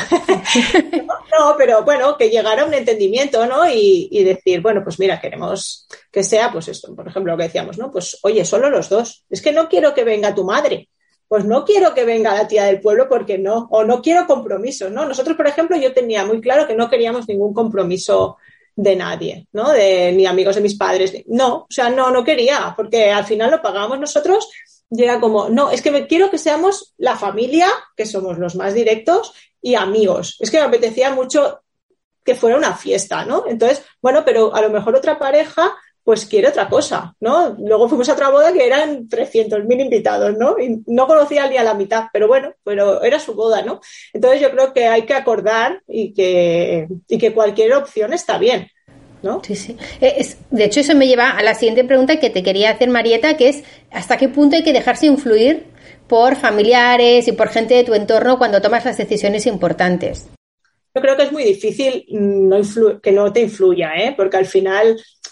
No, pero bueno, que llegara a un entendimiento, ¿no? Y decir, bueno, pues mira, queremos que sea, pues esto, por ejemplo, lo que decíamos, ¿no? Pues oye, solo los dos. Es que no quiero que venga tu madre. Pues no quiero que venga la tía del pueblo porque no. O no quiero compromisos, ¿no? Nosotros, por ejemplo, yo tenía muy claro que no queríamos ningún compromiso de nadie, ¿no? Ni amigos de mis padres. No, o sea, no quería, porque al final lo pagábamos nosotros y era como, no, es que quiero que seamos la familia, que somos los más directos, y amigos. Es que me apetecía mucho que fuera una fiesta, ¿no? Entonces, bueno, pero a lo mejor otra pareja pues quiere otra cosa, ¿no? Luego fuimos a otra boda que eran 300.000 invitados, ¿no? Y no conocía ni a la mitad, pero bueno, pero era su boda, ¿no? Entonces yo creo que hay que acordar y que cualquier opción está bien, ¿no?
Sí, sí. De hecho, eso me lleva a la siguiente pregunta que te quería hacer, Marieta, que es ¿hasta qué punto hay que dejarse influir por familiares y por gente de tu entorno cuando tomas las decisiones importantes?
Yo creo que es muy difícil que no te influya, ¿eh? Porque al final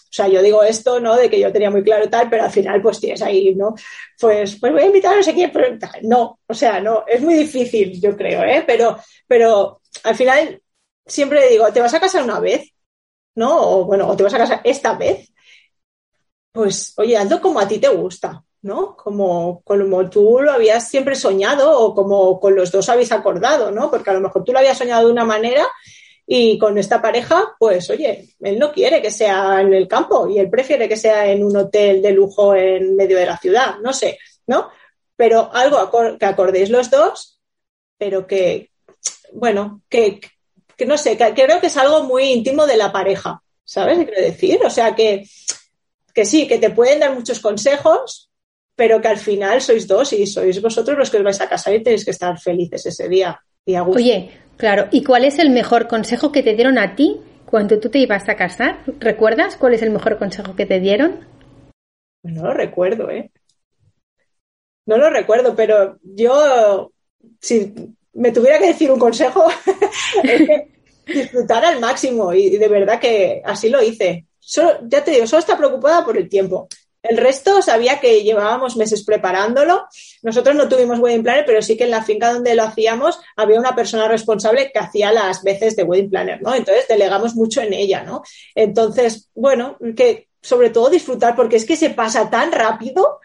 O sea, yo digo esto, ¿no? De que yo tenía muy claro tal, pero al final pues tienes ahí, ¿no? Pues voy a invitar a no sé quién, pero no, o sea, no, es muy difícil, yo creo, ¿eh? Pero al final siempre digo, ¿te vas a casar una vez? ¿No? O te vas a casar esta vez. Pues, oye, hazlo como a ti te gusta, ¿no? Como tú lo habías siempre soñado o como con los dos habéis acordado, ¿no? Porque a lo mejor tú lo habías soñado de una manera y con esta pareja, pues, oye, él no quiere que sea en el campo y él prefiere que sea en un hotel de lujo en medio de la ciudad, no sé, ¿no? Pero algo que acordéis los dos, pero que, bueno, que no sé, que creo que es algo muy íntimo de la pareja, ¿sabes qué quiero decir? O sea, que sí, que te pueden dar muchos consejos, pero que al final sois dos y sois vosotros los que os vais a casar y tenéis que estar felices ese día y a gusto.
Oye, claro, ¿y cuál es el mejor consejo que te dieron a ti cuando tú te ibas a casar? ¿Recuerdas cuál es el mejor consejo que te dieron?
Pues no lo recuerdo, ¿eh? No lo recuerdo, pero yo, si me tuviera que decir un consejo, es que disfrutar al máximo y de verdad que así lo hice. Ya te digo, solo está preocupada por el tiempo. El resto sabía que llevábamos meses preparándolo. Nosotros no tuvimos wedding planner, pero sí que en la finca donde lo hacíamos había una persona responsable que hacía las veces de wedding planner, ¿no? Entonces delegamos mucho en ella, ¿no? Entonces, bueno, que sobre todo disfrutar porque es que se pasa tan rápido,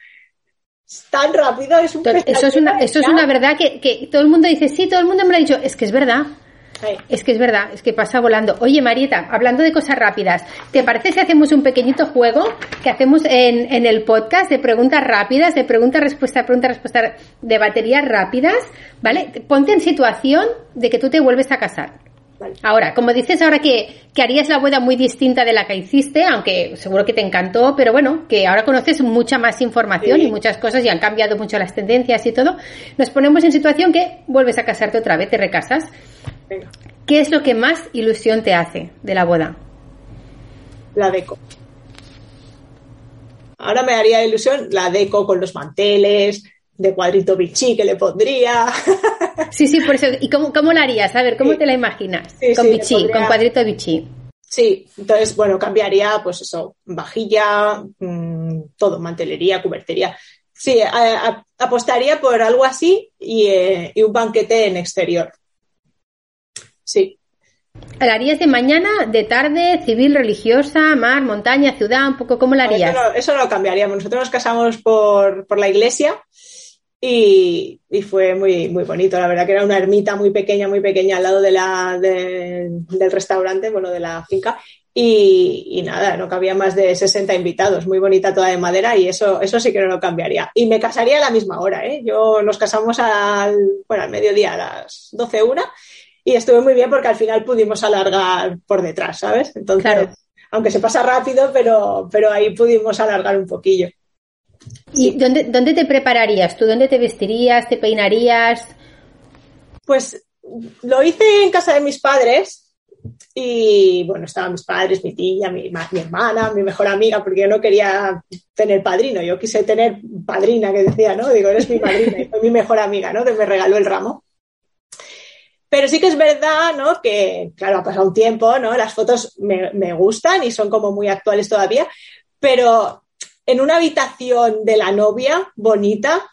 es un
Eso es una verdad que todo el mundo dice, sí, todo el mundo me lo ha dicho, es que es verdad. Es que es verdad, es que pasa volando. Oye, Marieta, hablando de cosas rápidas, ¿te parece si hacemos un pequeñito juego que hacemos en el podcast de preguntas rápidas, de pregunta-respuesta, de baterías rápidas? ¿Vale? Ponte en situación de que tú te vuelves a casar. Vale. Ahora, como dices ahora que harías la boda muy distinta de la que hiciste, aunque seguro que te encantó, pero bueno, que ahora conoces mucha más información y muchas cosas y han cambiado mucho las tendencias y todo, nos ponemos en situación que vuelves a casarte otra vez, te recasas.
Venga.
¿Qué es lo que más ilusión te hace de la boda?
La deco. Ahora me haría ilusión la deco con los manteles, de cuadrito Vichy que le pondría.
Sí, por eso. ¿Y cómo la harías? A ver, ¿cómo te la imaginas? Con Vichy, con cuadrito Vichy.
Sí, entonces, bueno, cambiaría, pues eso, vajilla, todo, mantelería, cubertería. Sí, apostaría por algo así y un banquete en exterior. Sí.
¿La harías de mañana, de tarde, civil, religiosa, mar, montaña, ciudad? Un poco, ¿cómo la harías?
Eso no lo cambiaríamos. Nosotros nos casamos por la iglesia y fue muy, muy bonito. La verdad que era una ermita muy pequeña al lado del restaurante, bueno, de la finca. Y nada, no cabía más de 60 invitados. Muy bonita, toda de madera, y eso sí que no lo cambiaría. Y me casaría a la misma hora, ¿eh? Nos casamos al mediodía, a las 12:01. Y estuve muy bien porque al final pudimos alargar por detrás, ¿sabes? Entonces, claro. Aunque se pasa rápido, pero ahí pudimos alargar un poquillo.
¿Y sí. ¿Dónde te prepararías? ¿Tú dónde te vestirías? ¿Te peinarías?
Pues lo hice en casa de mis padres y, bueno, estaban mis padres, mi tía, mi hermana, mi mejor amiga, porque yo no quería tener padrino, yo quise tener padrina, que decía, ¿no? Digo, eres mi madrina y fue mi mejor amiga, ¿no? Que me regaló el ramo. Pero sí que es verdad, ¿no? Que, claro, ha pasado un tiempo, ¿no? Las fotos me gustan y son como muy actuales todavía, pero en una habitación de la novia bonita,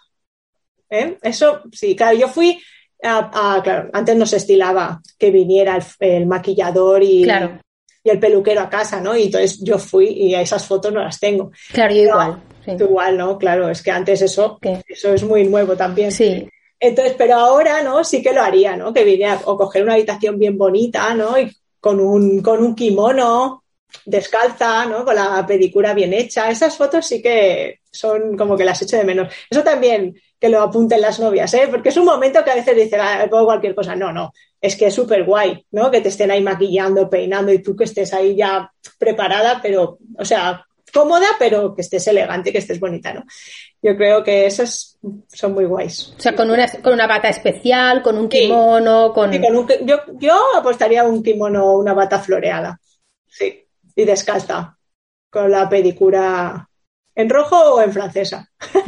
eso sí, claro, yo fui claro, antes no se estilaba que viniera el maquillador y el peluquero a casa, ¿no? Y entonces yo fui y esas fotos no las tengo.
Claro, yo igual.
Sí. Tú igual, ¿no? Claro, es que antes eso es muy nuevo también.
Sí.
Entonces, pero ahora, ¿no? Sí que lo haría, ¿no? Que vine a coger una habitación bien bonita, ¿no? Y con un kimono, descalza, ¿no? Con la pedicura bien hecha. Esas fotos sí que son como que las echo de menos. Eso también que lo apunten las novias, ¿eh? Porque es un momento que a veces dicen, pongo cualquier cosa. No. Es que es súper guay, ¿no? Que te estén ahí maquillando, peinando y tú que estés ahí ya preparada, pero, o sea, cómoda, pero que estés elegante, que estés bonita, ¿no? Yo creo que esas son muy guays.
O sea, con una bata especial, con un kimono, con...
Sí, yo apostaría un kimono, una bata floreada. Sí, y descalza, con la pedicura en rojo o en francesa.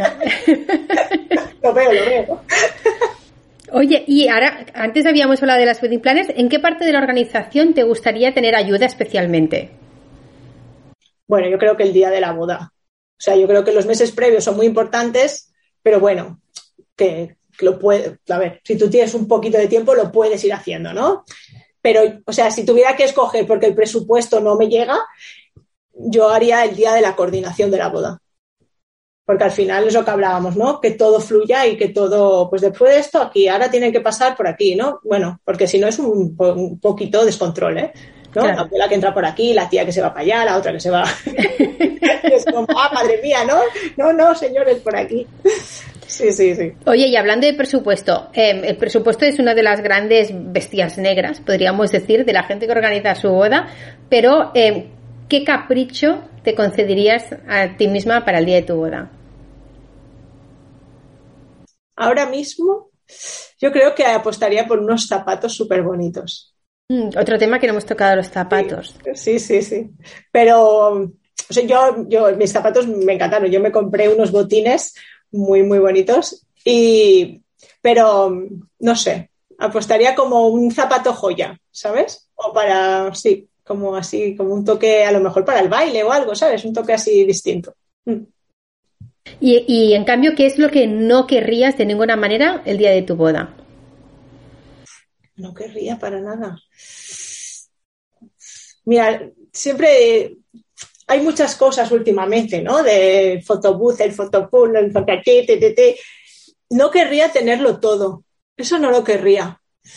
Lo veo.
Oye, y ahora, antes habíamos hablado de las wedding planners, ¿en qué parte de la organización te gustaría tener ayuda especialmente?
bueno, yo creo que el día de la boda. O sea, yo creo que los meses previos son muy importantes, pero bueno, que lo puede, a ver, si tú tienes un poquito de tiempo lo puedes ir haciendo, ¿no? Pero, o sea, si tuviera que escoger porque el presupuesto no me llega, yo haría el día de la coordinación de la boda. Porque al final es lo que hablábamos, ¿no? Que todo fluya y que todo, pues después de esto aquí, ahora tienen que pasar por aquí, ¿no? Bueno, porque si no es un poquito descontrol, ¿no? Claro. La abuela que entra por aquí, la tía que se va para allá, la otra que se va... es como, madre mía, ¿no? No, señores, por aquí. Sí.
Oye, y hablando de presupuesto, el presupuesto es una de las grandes bestias negras, podríamos decir, de la gente que organiza su boda, pero ¿qué capricho te concederías a ti misma para el día de tu boda?
Ahora mismo, yo creo que apostaría por unos zapatos súper bonitos.
Otro tema que no hemos tocado, los zapatos.
Sí. Pero, o sea, yo mis zapatos me encantaron. Yo me compré unos botines muy, muy bonitos. Pero, no sé, apostaría como un zapato joya, ¿sabes? O para, sí, como así, como un toque a lo mejor para el baile o algo, ¿sabes? Un toque así distinto.
Y en cambio, ¿qué es lo que no querrías de ninguna manera el día de tu boda?
No querría para nada. Mira, siempre hay muchas cosas últimamente, ¿no? De photobooth, el photopool, el fotoquí, No querría tenerlo todo. Eso no lo querría.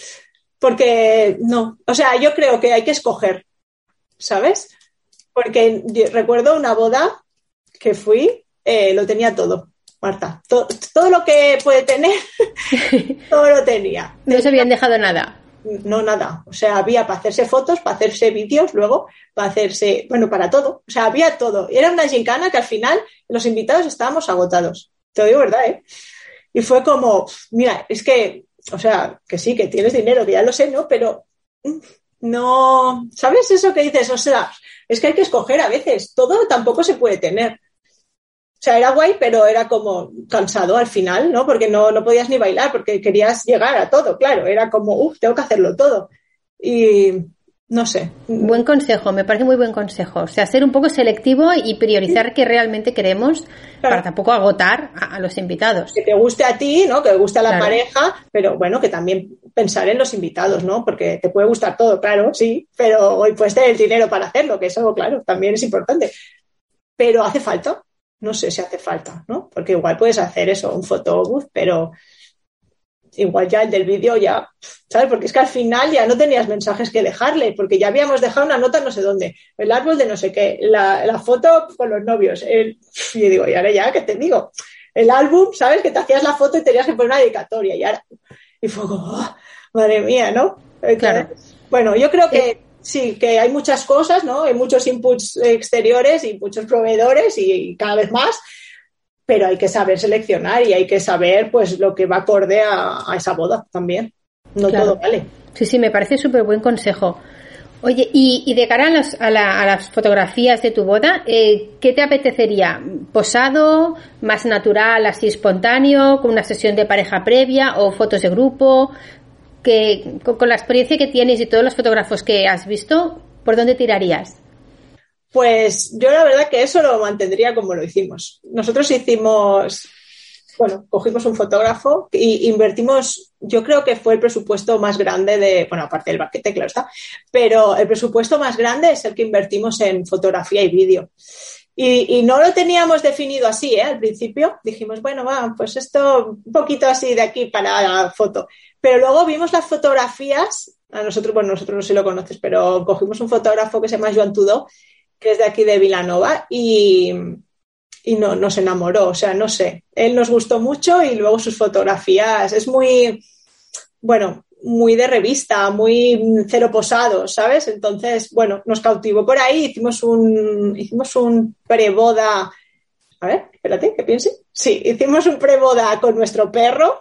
Porque no. O sea, yo creo que hay que escoger, ¿sabes? Porque recuerdo una boda que fui, lo tenía todo, Marta. Todo lo que puede tener, todo lo tenía.
No se habían dejado nada.
No, nada. O sea, había para hacerse fotos, para hacerse vídeos, luego para hacerse, bueno, para todo. O sea, había todo. Era una gincana que al final los invitados estábamos agotados. Te lo digo verdad, ¿eh? Y fue como, mira, es que, o sea, que sí, que tienes dinero, que ya lo sé, ¿no? Pero no, ¿sabes eso que dices? O sea, es que hay que escoger a veces. Todo tampoco se puede tener. O sea, era guay, pero era como cansado al final, ¿no? Porque no podías ni bailar, porque querías llegar a todo, claro. Era como, tengo que hacerlo todo. Y no sé.
Buen consejo, me parece muy buen consejo. O sea, ser un poco selectivo y priorizar qué realmente queremos, claro, para tampoco agotar a los invitados.
Que te guste a ti, ¿no? Que te guste a la pareja, pero bueno, que también pensar en los invitados, ¿no? Porque te puede gustar todo, claro, sí, pero hoy puedes tener el dinero para hacerlo, que eso, claro, también es importante. Pero hace falta. No sé si hace falta, ¿no? Porque igual puedes hacer eso, un photobooth, pero igual ya el del vídeo ya, ¿sabes? Porque es que al final ya no tenías mensajes que dejarle, porque ya habíamos dejado una nota no sé dónde, el árbol de no sé qué, la foto con los novios. Y digo, y ahora ya, ¿qué te digo? El álbum, ¿sabes? Que te hacías la foto y tenías que poner una dedicatoria. Y fue como, madre mía, ¿no? Entonces,
claro.
Bueno, yo creo que sí, que hay muchas cosas, ¿no? Hay muchos inputs exteriores y muchos proveedores y cada vez más, pero hay que saber seleccionar y hay que saber, pues, lo que va acorde a esa boda también. No claro. Todo vale.
Sí, me parece súper buen consejo. Oye, y de cara a las fotografías de tu boda, ¿qué te apetecería? ¿Posado, más natural, así espontáneo, con una sesión de pareja previa o fotos de grupo? Que con la experiencia que tienes y todos los fotógrafos que has visto, ¿por dónde tirarías?
Pues yo la verdad que eso lo mantendría como lo hicimos. Nosotros cogimos un fotógrafo e invertimos, yo creo que fue el presupuesto más grande aparte del banquete, claro está, pero el presupuesto más grande es el que invertimos en fotografía y vídeo. Y no lo teníamos definido así, al principio. Dijimos, bueno, pues esto un poquito así de aquí para la foto. Pero luego vimos las fotografías, nosotros no sé si lo conoces, pero cogimos un fotógrafo que se llama Joan Tudó, que es de aquí de Vilanova, y nos enamoró, o sea, no sé. Él nos gustó mucho y luego sus fotografías, es muy de revista, muy cero posado, ¿sabes? Entonces, nos cautivó por ahí, hicimos un preboda. A ver, espérate, que piense. Sí, hicimos un preboda con nuestro perro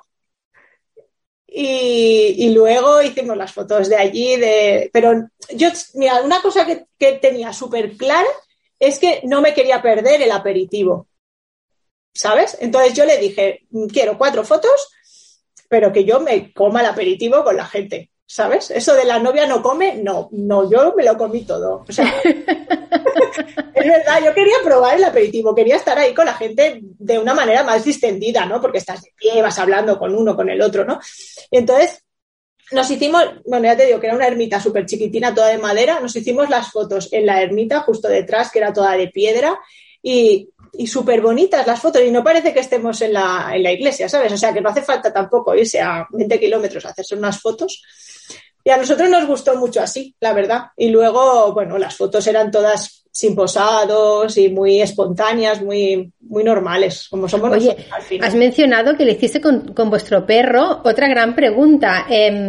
y luego hicimos las fotos de allí. Pero yo, mira, una cosa que tenía súper clara es que no me quería perder el aperitivo, ¿sabes? Entonces yo le dije, quiero 4 fotos, pero que yo me coma el aperitivo con la gente, ¿sabes? Eso de la novia no come, no, yo me lo comí todo. O sea, Es verdad, yo quería probar el aperitivo, quería estar ahí con la gente de una manera más distendida, ¿no? Porque estás de pie, vas hablando con uno, con el otro, ¿no? Y entonces nos hicimos, bueno, ya te digo que era una ermita súper chiquitina, toda de madera, nos hicimos las fotos en la ermita, justo detrás, que era toda de piedra, y súper bonitas las fotos, y no parece que estemos en la iglesia, ¿sabes? O sea, que no hace falta tampoco irse a 20 kilómetros a hacerse unas fotos. Y a nosotros nos gustó mucho así, la verdad. Y luego, bueno, las fotos eran todas sin posados y muy espontáneas, muy, muy normales, como somos nosotros al final.
Has mencionado que lo hiciste con vuestro perro. Otra gran pregunta,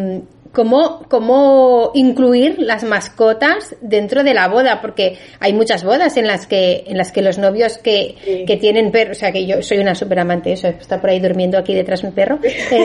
¿cómo incluir las mascotas dentro de la boda? Porque hay muchas bodas en las que los novios que tienen perros, o sea, que yo soy una súper amante, eso, está por ahí durmiendo aquí detrás un perro,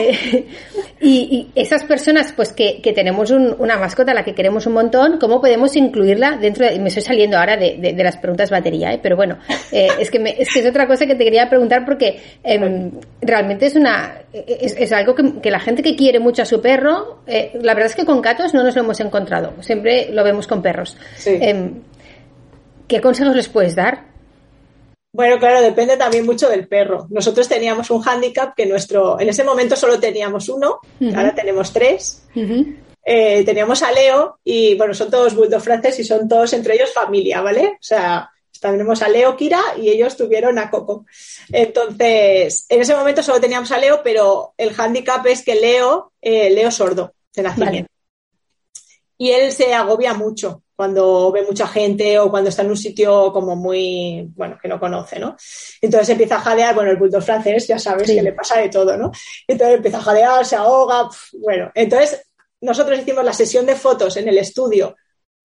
y esas personas pues que tenemos una mascota a la que queremos un montón, ¿cómo podemos incluirla dentro me estoy saliendo ahora de las preguntas batería, pero bueno, es que es otra cosa que te quería preguntar porque realmente es algo que la gente que quiere mucho a su perro, la verdad es que con gatos no nos lo hemos encontrado, siempre lo vemos con perros.
Sí.
¿Qué consejos les puedes dar?
Bueno, claro, depende también mucho del perro. Nosotros teníamos un hándicap que en ese momento solo teníamos uno, ahora tenemos 3. Teníamos a Leo y, bueno, son todos bulldog franceses y son todos entre ellos familia, ¿vale? O sea, tenemos a Leo, Kira y ellos tuvieron a Coco. Entonces, en ese momento solo teníamos a Leo, pero el hándicap es que Leo es sordo de nacimiento. Vale. Y él se agobia mucho cuando ve mucha gente o cuando está en un sitio como muy, bueno, que no conoce, ¿no? Entonces empieza a jadear, bueno, el bulldog francés ya sabes que le pasa de todo, ¿no? Entonces empieza a jadear, se ahoga, bueno. Entonces nosotros hicimos la sesión de fotos en el estudio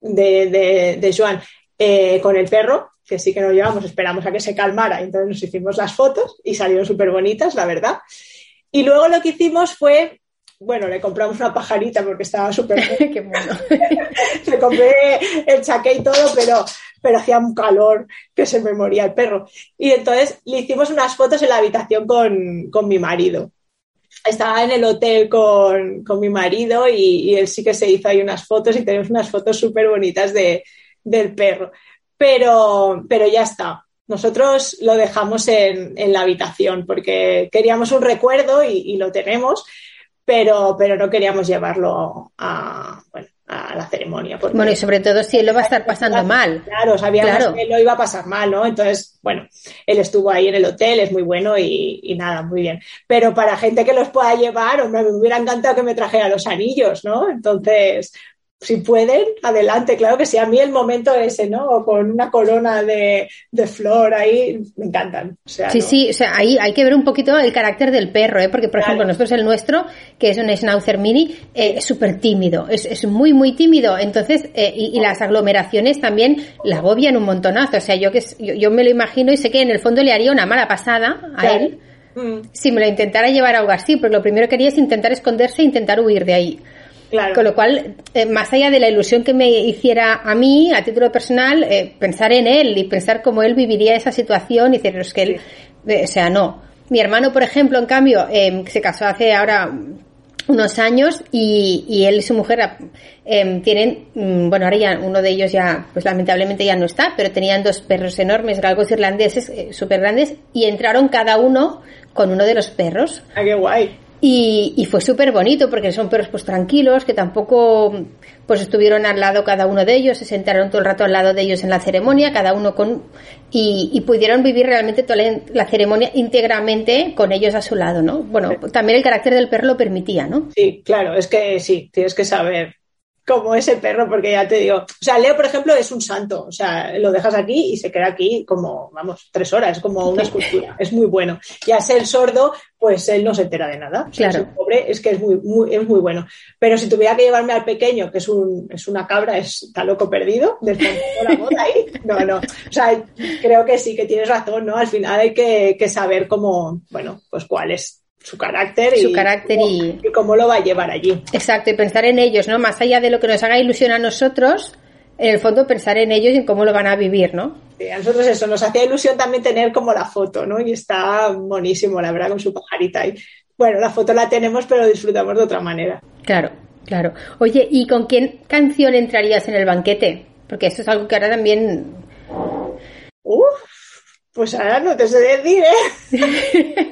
de Joan con el perro, que sí que nos llevamos, esperamos a que se calmara, entonces nos hicimos las fotos y salieron súper bonitas, la verdad. Y luego lo que hicimos fue, bueno, le compramos una pajarita porque estaba súper...
¡Qué bueno!
Le compré el chaqué y todo, pero hacía un calor que se me moría el perro. Y entonces le hicimos unas fotos en la habitación con mi marido. Estaba en el hotel con mi marido y él sí que se hizo ahí unas fotos y tenemos unas fotos súper bonitas del perro. Pero ya está. Nosotros lo dejamos en la habitación porque queríamos un recuerdo y lo tenemos, pero no queríamos llevarlo a la ceremonia.
Bueno, y sobre todo si él lo va a estar pasando mal.
Claro, sabíamos que lo iba a pasar mal, ¿no? Entonces, bueno, él estuvo ahí en el hotel, es muy bueno y nada, muy bien. Pero para gente que los pueda llevar, hombre, me hubiera encantado que me trajera los anillos, ¿no? Entonces, si pueden, adelante, claro que sí. A mí el momento ese, ¿no? O con una corona de flor ahí, me encantan. O sea,
sí, ¿no? Sí, o sea, ahí hay que ver un poquito el carácter del perro, ¿eh? Porque, por ejemplo, nosotros el nuestro, que es un Schnauzer mini, es súper tímido, es muy, muy tímido. Entonces, y las aglomeraciones también la agobian un montonazo. O sea, yo me lo imagino y sé que en el fondo le haría una mala pasada a él si me lo intentara llevar a algo así, porque lo primero que haría es intentar esconderse e intentar huir de ahí.
Claro.
Con lo cual, más allá de la ilusión que me hiciera a mí, a título personal, pensar en él y pensar cómo él viviría esa situación y decir, es que él, o sea, no. Mi hermano, por ejemplo, en cambio, se casó hace ahora unos años y él y su mujer tienen, bueno, ahora ya uno de ellos ya, pues lamentablemente ya no está, pero tenían 2 perros enormes, galgos irlandeses, súper grandes, y entraron cada uno con uno de los perros.
¡Ah, qué guay!
Y fue súper bonito porque son perros pues tranquilos, que tampoco pues estuvieron al lado cada uno de ellos, se sentaron todo el rato al lado de ellos en la ceremonia, cada uno y pudieron vivir realmente toda la ceremonia íntegramente con ellos a su lado, ¿no? Bueno, también el carácter del perro lo permitía, ¿no?
Sí, claro, es que sí, tienes que saber cómo es el perro, porque ya te digo, o sea, Leo, por ejemplo, es un santo, o sea, lo dejas aquí y se queda aquí como, vamos, 3 horas, es como una escultura, es muy bueno. Y al ser sordo, pues él no se entera de nada. O sea,
claro.
Es pobre, es que es muy bueno. Pero si tuviera que llevarme al pequeño, que es una cabra, está loco perdido, después de la boda ahí, no. O sea, creo que sí, que tienes razón, ¿no? Al final hay que saber cómo, bueno, pues cuál es su carácter y cómo lo va a llevar allí.
Exacto, y pensar en ellos, ¿no? Más allá de lo que nos haga ilusión a nosotros, en el fondo pensar en ellos y en cómo lo van a vivir, ¿no?
Sí, a nosotros eso, nos hacía ilusión también tener como la foto, ¿no? Y está monísimo, la verdad, con su pajarita ahí. Bueno, la foto la tenemos, pero disfrutamos de otra manera.
Claro. Oye, ¿y con qué canción entrarías en el banquete? Porque eso es algo que ahora también
Pues ahora no te sé decir, ¿eh?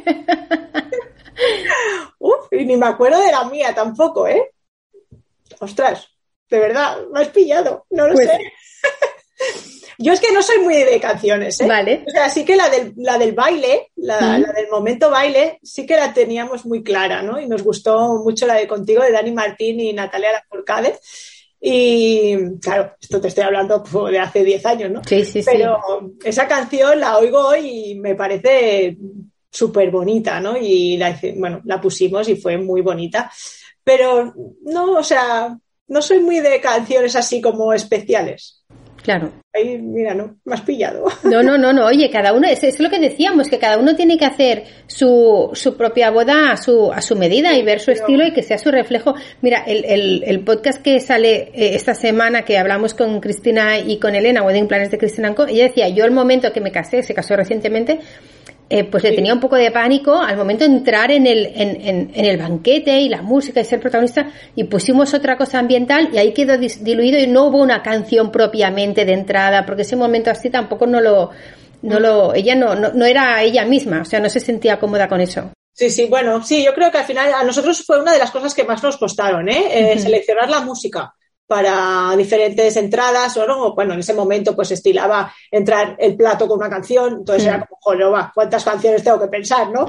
Y ni me acuerdo de la mía tampoco, ¿eh? Ostras, de verdad, me has pillado, no lo sé. Yo es que no soy muy de canciones, ¿eh?
Vale.
O sea, sí que la del baile, la del momento baile, sí que la teníamos muy clara, ¿no? Y nos gustó mucho la de Contigo, de Dani Martín y Natalia Lafourcade. Y claro, esto te estoy hablando de hace 10 años, ¿no?
Sí.
Pero esa canción la oigo hoy y me parece súper bonita, ¿no? Y la pusimos y fue muy bonita. Pero no, o sea, no soy muy de canciones así como especiales.
Claro.
Ahí, mira, no, me has pillado.
No, oye, cada uno, es lo que decíamos, que cada uno tiene que hacer su propia boda a su medida y ver su estilo y que sea su reflejo. Mira, el podcast que sale esta semana, que hablamos con Cristina y con Elena, Wedding Planners de Cristina & Co, ella decía, yo el momento que me casé, se casó recientemente, pues le tenía un poco de pánico al momento de entrar en el banquete y la música y ser protagonista, y pusimos otra cosa ambiental y ahí quedó diluido y no hubo una canción propiamente de entrada, porque ese momento así tampoco ella no era ella misma, o sea, no se sentía cómoda con eso.
Sí, bueno, sí, yo creo que al final a nosotros fue una de las cosas que más nos costaron, seleccionar la música para diferentes entradas, o no, bueno, en ese momento pues estilaba entrar el plato con una canción, entonces era como, joder, va, ¿cuántas canciones tengo que pensar, no?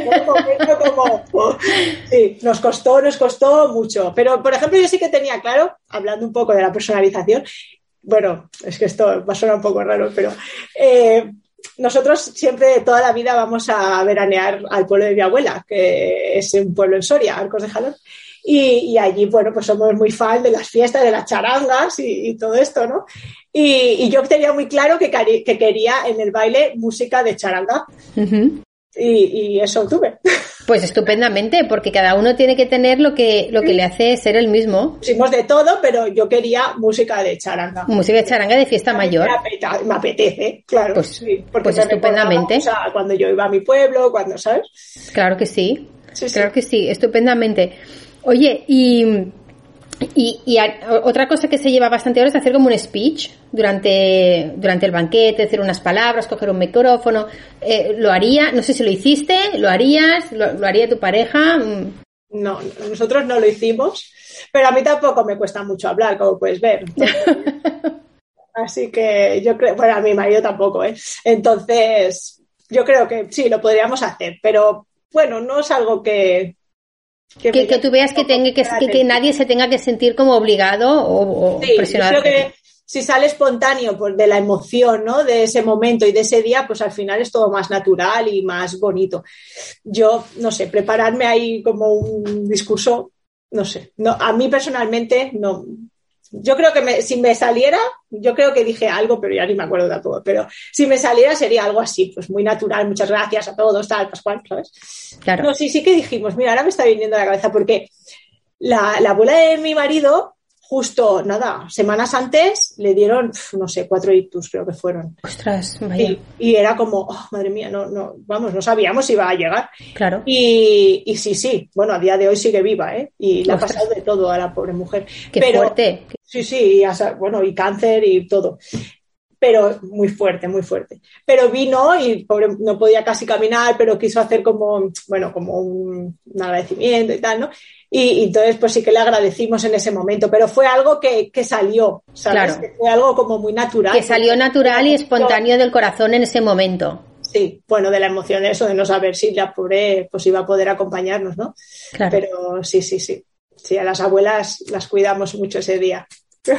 Sí, nos costó mucho, pero por ejemplo yo sí que tenía claro, hablando un poco de la personalización, bueno, es que esto va a sonar un poco raro, pero nosotros siempre, toda la vida vamos a veranear al pueblo de mi abuela, que es un pueblo en Soria, Arcos de Jalón. Y allí, bueno, pues somos muy fan de las fiestas, de las charangas y todo esto, ¿no? Y yo tenía muy claro que quería en el baile música de charanga. Uh-huh. Y eso tuve.
Pues estupendamente, porque cada uno tiene que tener lo que le hace ser el mismo.
Pusimos de todo, pero yo quería música de charanga.
Música de charanga de fiesta mayor.
Me apetece, claro.
Pues,
sí, porque
pues estupendamente.
Cuando yo iba a mi pueblo, ¿sabes?
Claro que sí. Claro que sí, estupendamente. Oye, y otra cosa que se lleva bastante ahora es hacer como un speech durante el banquete, decir unas palabras, coger un micrófono. ¿Lo haría? No sé si lo hiciste, ¿lo harías? ¿Lo haría tu pareja?
No, nosotros no lo hicimos, pero a mí tampoco me cuesta mucho hablar, como puedes ver. Así que yo creo, bueno, a mi marido tampoco, ¿eh? Entonces, yo creo que sí, lo podríamos hacer, pero bueno, no es algo que
tú veas que nadie se tenga que sentir como obligado o presionado.
Yo creo que si sale espontáneo pues, de la emoción, ¿no? De ese momento y de ese día, pues al final es todo más natural y más bonito. Yo, no sé, prepararme ahí como un discurso, no sé. No, a mí personalmente no. Yo creo que si me saliera, yo creo que dije algo, pero ya ni me acuerdo tampoco, pero si me saliera sería algo así, pues muy natural, muchas gracias a todos, tal, Pascual, ¿sabes?
Claro.
No, sí que dijimos, mira, ahora me está viniendo a la cabeza porque la abuela de mi marido, justo, semanas antes, le dieron, no sé, 4 ictus creo que fueron.
Ostras, vaya.
Y era como, madre mía, no sabíamos si iba a llegar.
Claro.
Y sí, bueno, a día de hoy sigue viva, ¿eh? Y le ha pasado de todo a la pobre mujer.
Qué fuerte.
Sí, y cáncer y todo. Pero muy fuerte. Pero vino y pobre, no podía casi caminar, pero quiso hacer como un agradecimiento y tal, ¿no? Y entonces pues sí que le agradecimos en ese momento, pero fue algo que salió, ¿sabes?
Claro.
Que fue algo como muy natural.
Que salió natural y espontáneo del corazón en ese momento.
Sí, bueno, de la emoción de eso, de no saber si la pobre pues iba a poder acompañarnos, ¿no?
Claro.
Pero sí. Sí, a las abuelas las cuidamos mucho ese día.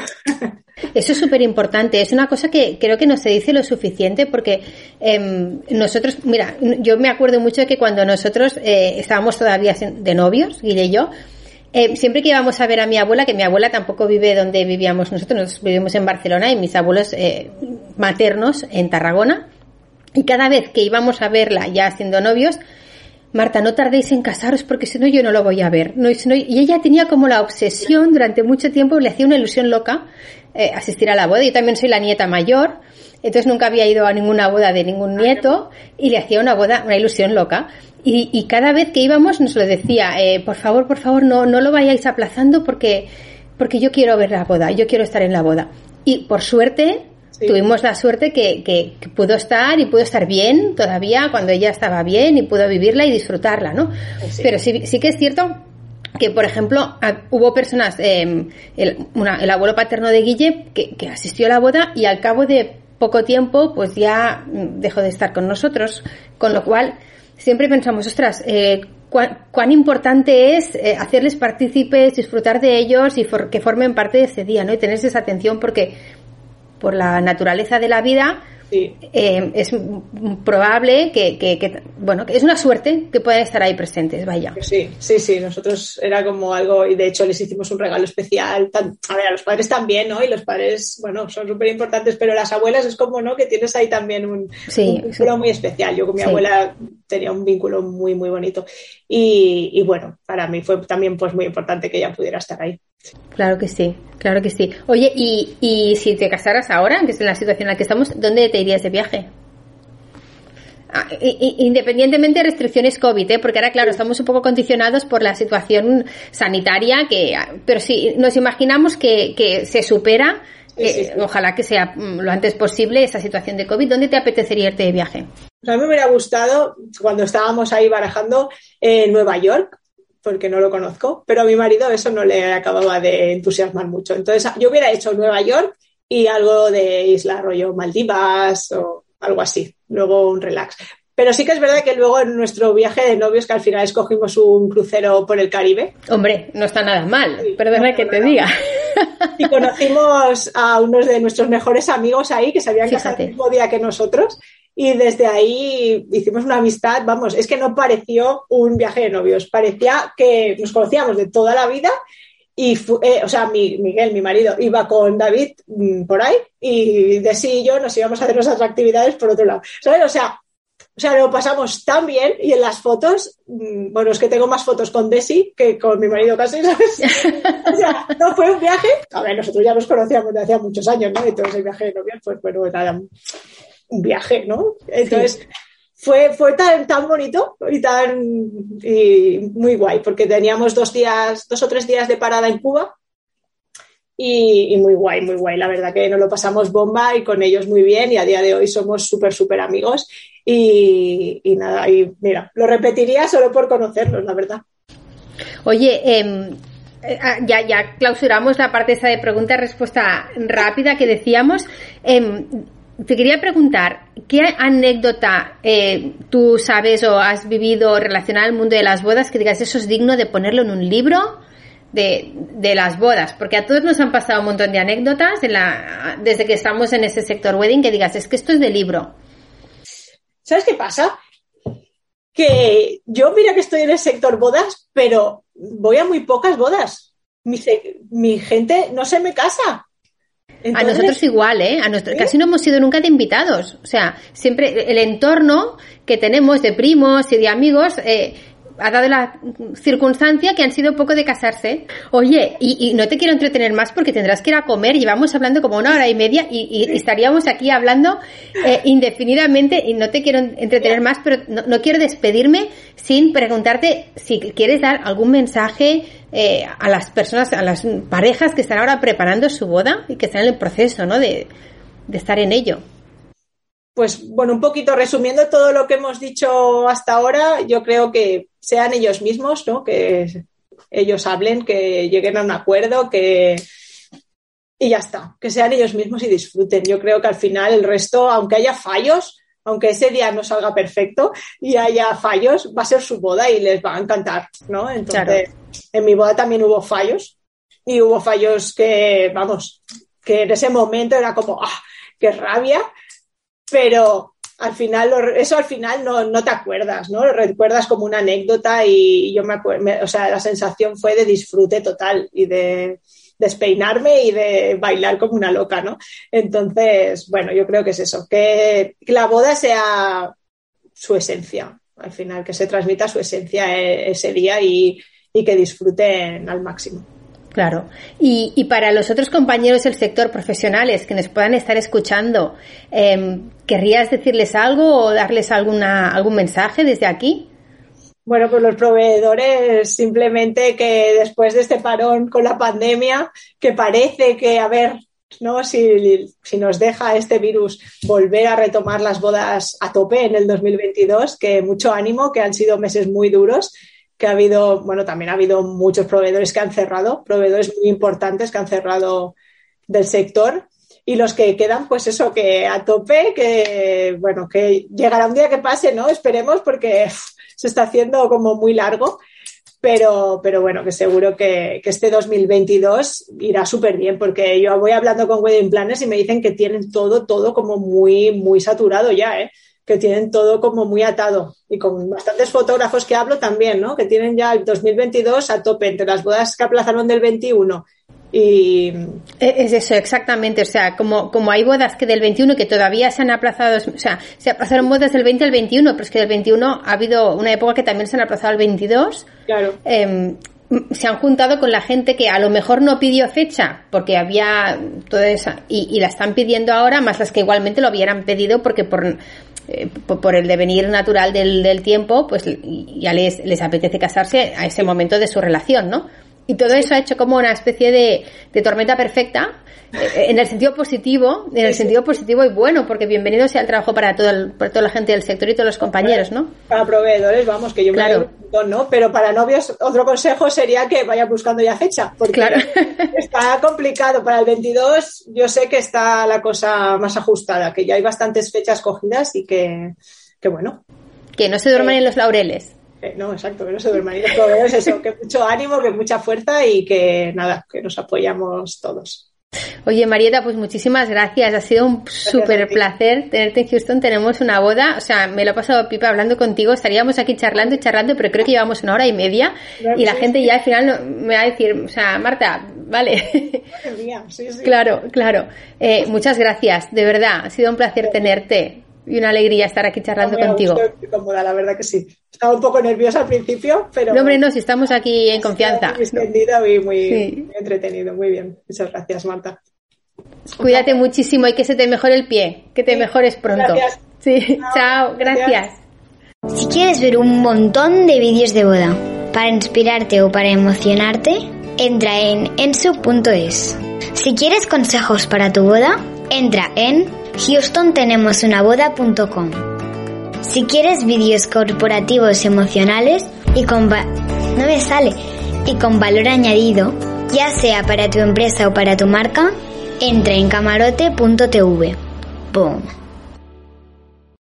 Eso es súper importante, es una cosa que creo que no se dice lo suficiente porque nosotros, mira, yo me acuerdo mucho de que cuando nosotros estábamos todavía de novios, Guille y yo, siempre que íbamos a ver a mi abuela, que mi abuela tampoco vive donde vivíamos nosotros vivimos en Barcelona y mis abuelos maternos en Tarragona, y cada vez que íbamos a verla ya siendo novios, Marta, no tardéis en casaros porque si no yo no lo voy a ver. Y ella tenía como la obsesión durante mucho tiempo, le hacía una ilusión loca asistir a la boda. Yo también soy la nieta mayor, entonces nunca había ido a ninguna boda de ningún nieto y le hacía una ilusión loca. Y cada vez que íbamos nos lo decía, por favor, no lo vayáis aplazando porque yo quiero ver la boda, yo quiero estar en la boda. Y por suerte
Sí.
Tuvimos la suerte que pudo estar bien todavía cuando ella estaba bien y pudo vivirla y disfrutarla, ¿no?
Sí.
Pero sí que es cierto que, por ejemplo, hubo personas, el abuelo paterno de Guille, que asistió a la boda y al cabo de poco tiempo, pues ya dejó de estar con nosotros, con lo cual siempre pensamos, ostras, cuán importante es hacerles partícipes, disfrutar de ellos y que formen parte de ese día, ¿no? Y tenerse esa atención porque por la naturaleza de la vida,
sí.
Es probable que es una suerte que puedan estar ahí presentes, vaya.
Sí, nosotros era como algo, y de hecho les hicimos un regalo especial, a ver, a los padres también, ¿no? Y los padres, bueno, son súper importantes, pero las abuelas es como, ¿no? Que tienes ahí también un vínculo muy especial. Yo con mi abuela tenía un vínculo muy, muy bonito. Y bueno, para mí fue también pues muy importante que ella pudiera estar ahí.
Claro que sí. Oye, y si te casaras ahora, que es en la situación en la que estamos, ¿dónde te irías de viaje? Independientemente de restricciones COVID, porque ahora, claro, estamos un poco condicionados por la situación sanitaria, pero si nos imaginamos que se supera, ojalá que sea lo antes posible esa situación de COVID, ¿dónde te apetecería irte de viaje?
A mí me hubiera gustado, cuando estábamos ahí barajando, Nueva York, porque no lo conozco, pero a mi marido eso no le acababa de entusiasmar mucho. Entonces yo hubiera hecho Nueva York y algo de isla rollo Maldivas o algo así, luego un relax. Pero sí que es verdad que luego en nuestro viaje de novios, que al final escogimos un crucero por el Caribe.
Hombre, no está nada mal, perdona que te diga.
Y conocimos a unos de nuestros mejores amigos ahí, que se habían casado el mismo día que nosotros. Y desde ahí hicimos una amistad, vamos, es que no pareció un viaje de novios, parecía que nos conocíamos de toda la vida y, Miguel, mi marido, iba con David por ahí y Desi y yo nos íbamos a hacer nuestras actividades por otro lado, ¿sabes? O sea, lo pasamos tan bien y en las fotos, bueno, es que tengo más fotos con Desi que con mi marido casi, ¿sabes? O sea, no fue un viaje, a ver, nosotros ya nos conocíamos de hacía muchos años, ¿no? Y todo ese viaje de novios, pues bueno, era un viaje, ¿no? Entonces fue tan bonito y muy guay, porque teníamos 2 o 3 días de parada en Cuba y muy guay, la verdad que nos lo pasamos bomba y con ellos muy bien y a día de hoy somos súper amigos y nada, y mira, lo repetiría solo por conocerlos, la verdad.
Oye, ya clausuramos la parte esa de pregunta-respuesta rápida que decíamos. Te quería preguntar, ¿qué anécdota tú sabes o has vivido relacionada al mundo de las bodas que digas, eso es digno de ponerlo en un libro de las bodas? Porque a todos nos han pasado un montón de anécdotas desde que estamos en ese sector wedding que digas, es que esto es de libro.
¿Sabes qué pasa? Que yo mira que estoy en el sector bodas, pero voy a muy pocas bodas. Mi gente no se me casa. Entonces,
a nosotros igual, casi no hemos sido nunca de invitados. O sea, siempre el entorno que tenemos de primos y de amigos ha dado la circunstancia que han sido poco de casarse. Oye, y no te quiero entretener más porque tendrás que ir a comer. Llevamos hablando como 1 hora y media y estaríamos aquí hablando indefinidamente y no te quiero entretener más, pero no quiero despedirme sin preguntarte si quieres dar algún mensaje a las personas, a las parejas que están ahora preparando su boda y que están en el proceso, ¿no? de estar en ello.
Pues bueno, un poquito resumiendo todo lo que hemos dicho hasta ahora, yo creo que sean ellos mismos, ¿no? Que ellos hablen, que lleguen a un acuerdo, y ya está, que sean ellos mismos y disfruten. Yo creo que al final el resto, aunque haya fallos, aunque ese día no salga perfecto y haya fallos, va a ser su boda y les va a encantar, ¿no? Entonces, claro. En mi boda también hubo fallos y hubo fallos que, vamos, que en ese momento era como, ¡ah, qué rabia! Pero al final, eso al final no te acuerdas, ¿no? Lo recuerdas como una anécdota y yo me acuerdo, la sensación fue de disfrute total y de despeinarme y de bailar como una loca, ¿no? Entonces, bueno, yo creo que es eso, que la boda sea su esencia, al final, que se transmita su esencia ese día y que disfruten al máximo.
Claro. Y para los otros compañeros del sector profesionales que nos puedan estar escuchando, ¿querrías decirles algo o darles algún mensaje desde aquí?
Bueno, pues los proveedores simplemente que después de este parón con la pandemia, que parece que, a ver, ¿no? Si nos deja este virus volver a retomar las bodas a tope en el 2022, que mucho ánimo, que han sido meses muy duros, que ha habido, bueno, también ha habido muchos proveedores que han cerrado, proveedores muy importantes que han cerrado del sector, y los que quedan, pues eso, que a tope, que bueno, que llegará un día que pase, ¿no? Esperemos, porque se está haciendo como muy largo. Pero bueno, que seguro que este 2022 irá súper bien, porque yo voy hablando con wedding planners y me dicen que tienen todo como muy, muy saturado ya, que tienen todo como muy atado, y con bastantes fotógrafos que hablo también, ¿no? Que tienen ya el 2022 a tope, entre las bodas que aplazaron del 21 y...
Es eso, exactamente. O sea, como hay bodas que del 21 que todavía se han aplazado, o sea, se aplazaron bodas del 20 al 21, pero es que del 21 ha habido una época que también se han aplazado al 22.
Claro.
Se han juntado con la gente que a lo mejor no pidió fecha porque había toda esa, y la están pidiendo ahora, más las que igualmente lo hubieran pedido porque por el devenir natural del tiempo, pues ya les apetece casarse a ese momento de su relación, ¿no? Y todo eso ha hecho como una especie de tormenta perfecta, en el sentido positivo, y bueno, porque bienvenido sea el trabajo para para toda la gente del sector y todos los compañeros, ¿no?
Para proveedores, vamos, que yo me alegro un montón, ¿no? Pero para novios, otro consejo sería que vayan buscando ya fecha, porque está complicado. Para el 22 yo sé que está la cosa más ajustada, que ya hay bastantes fechas cogidas y que bueno.
Que no se duerman en los laureles.
No, exacto, que no se duerman. Y los proveedores, eso, que mucho ánimo, que mucha fuerza y que nada, que nos apoyamos todos.
Oye, Marieta, pues muchísimas gracias. Ha sido un súper placer tenerte en Houston. Tenemos una boda, o sea, me lo he pasado pipa hablando contigo. Estaríamos aquí charlando, pero creo que llevamos 1 hora y media y la gente ya al final me va a decir, o sea, Marta, vale.
Madre mía, sí.
Claro. Muchas gracias, de verdad. Ha sido un placer tenerte. Y una alegría estar aquí charlando contigo.
Estoy cómoda, la verdad que sí. Estaba un poco nerviosa al principio, pero...
No, hombre, no, si estamos aquí en confianza.
Muy extendido y muy entretenido. Muy bien. Muchas gracias, Marta.
Cuídate muchísimo y que se te mejore el pie. Que te mejores pronto.
Gracias.
Sí, chao, gracias.
Si quieres ver un montón de vídeos de boda para inspirarte o para emocionarte, entra en ensu.es. Si quieres consejos para tu boda, entra en HoustonTenemosUnaBoda.com. Si quieres vídeos corporativos emocionales y con valor añadido, ya sea para tu empresa o para tu marca, entra en camarote.tv. ¡Boom!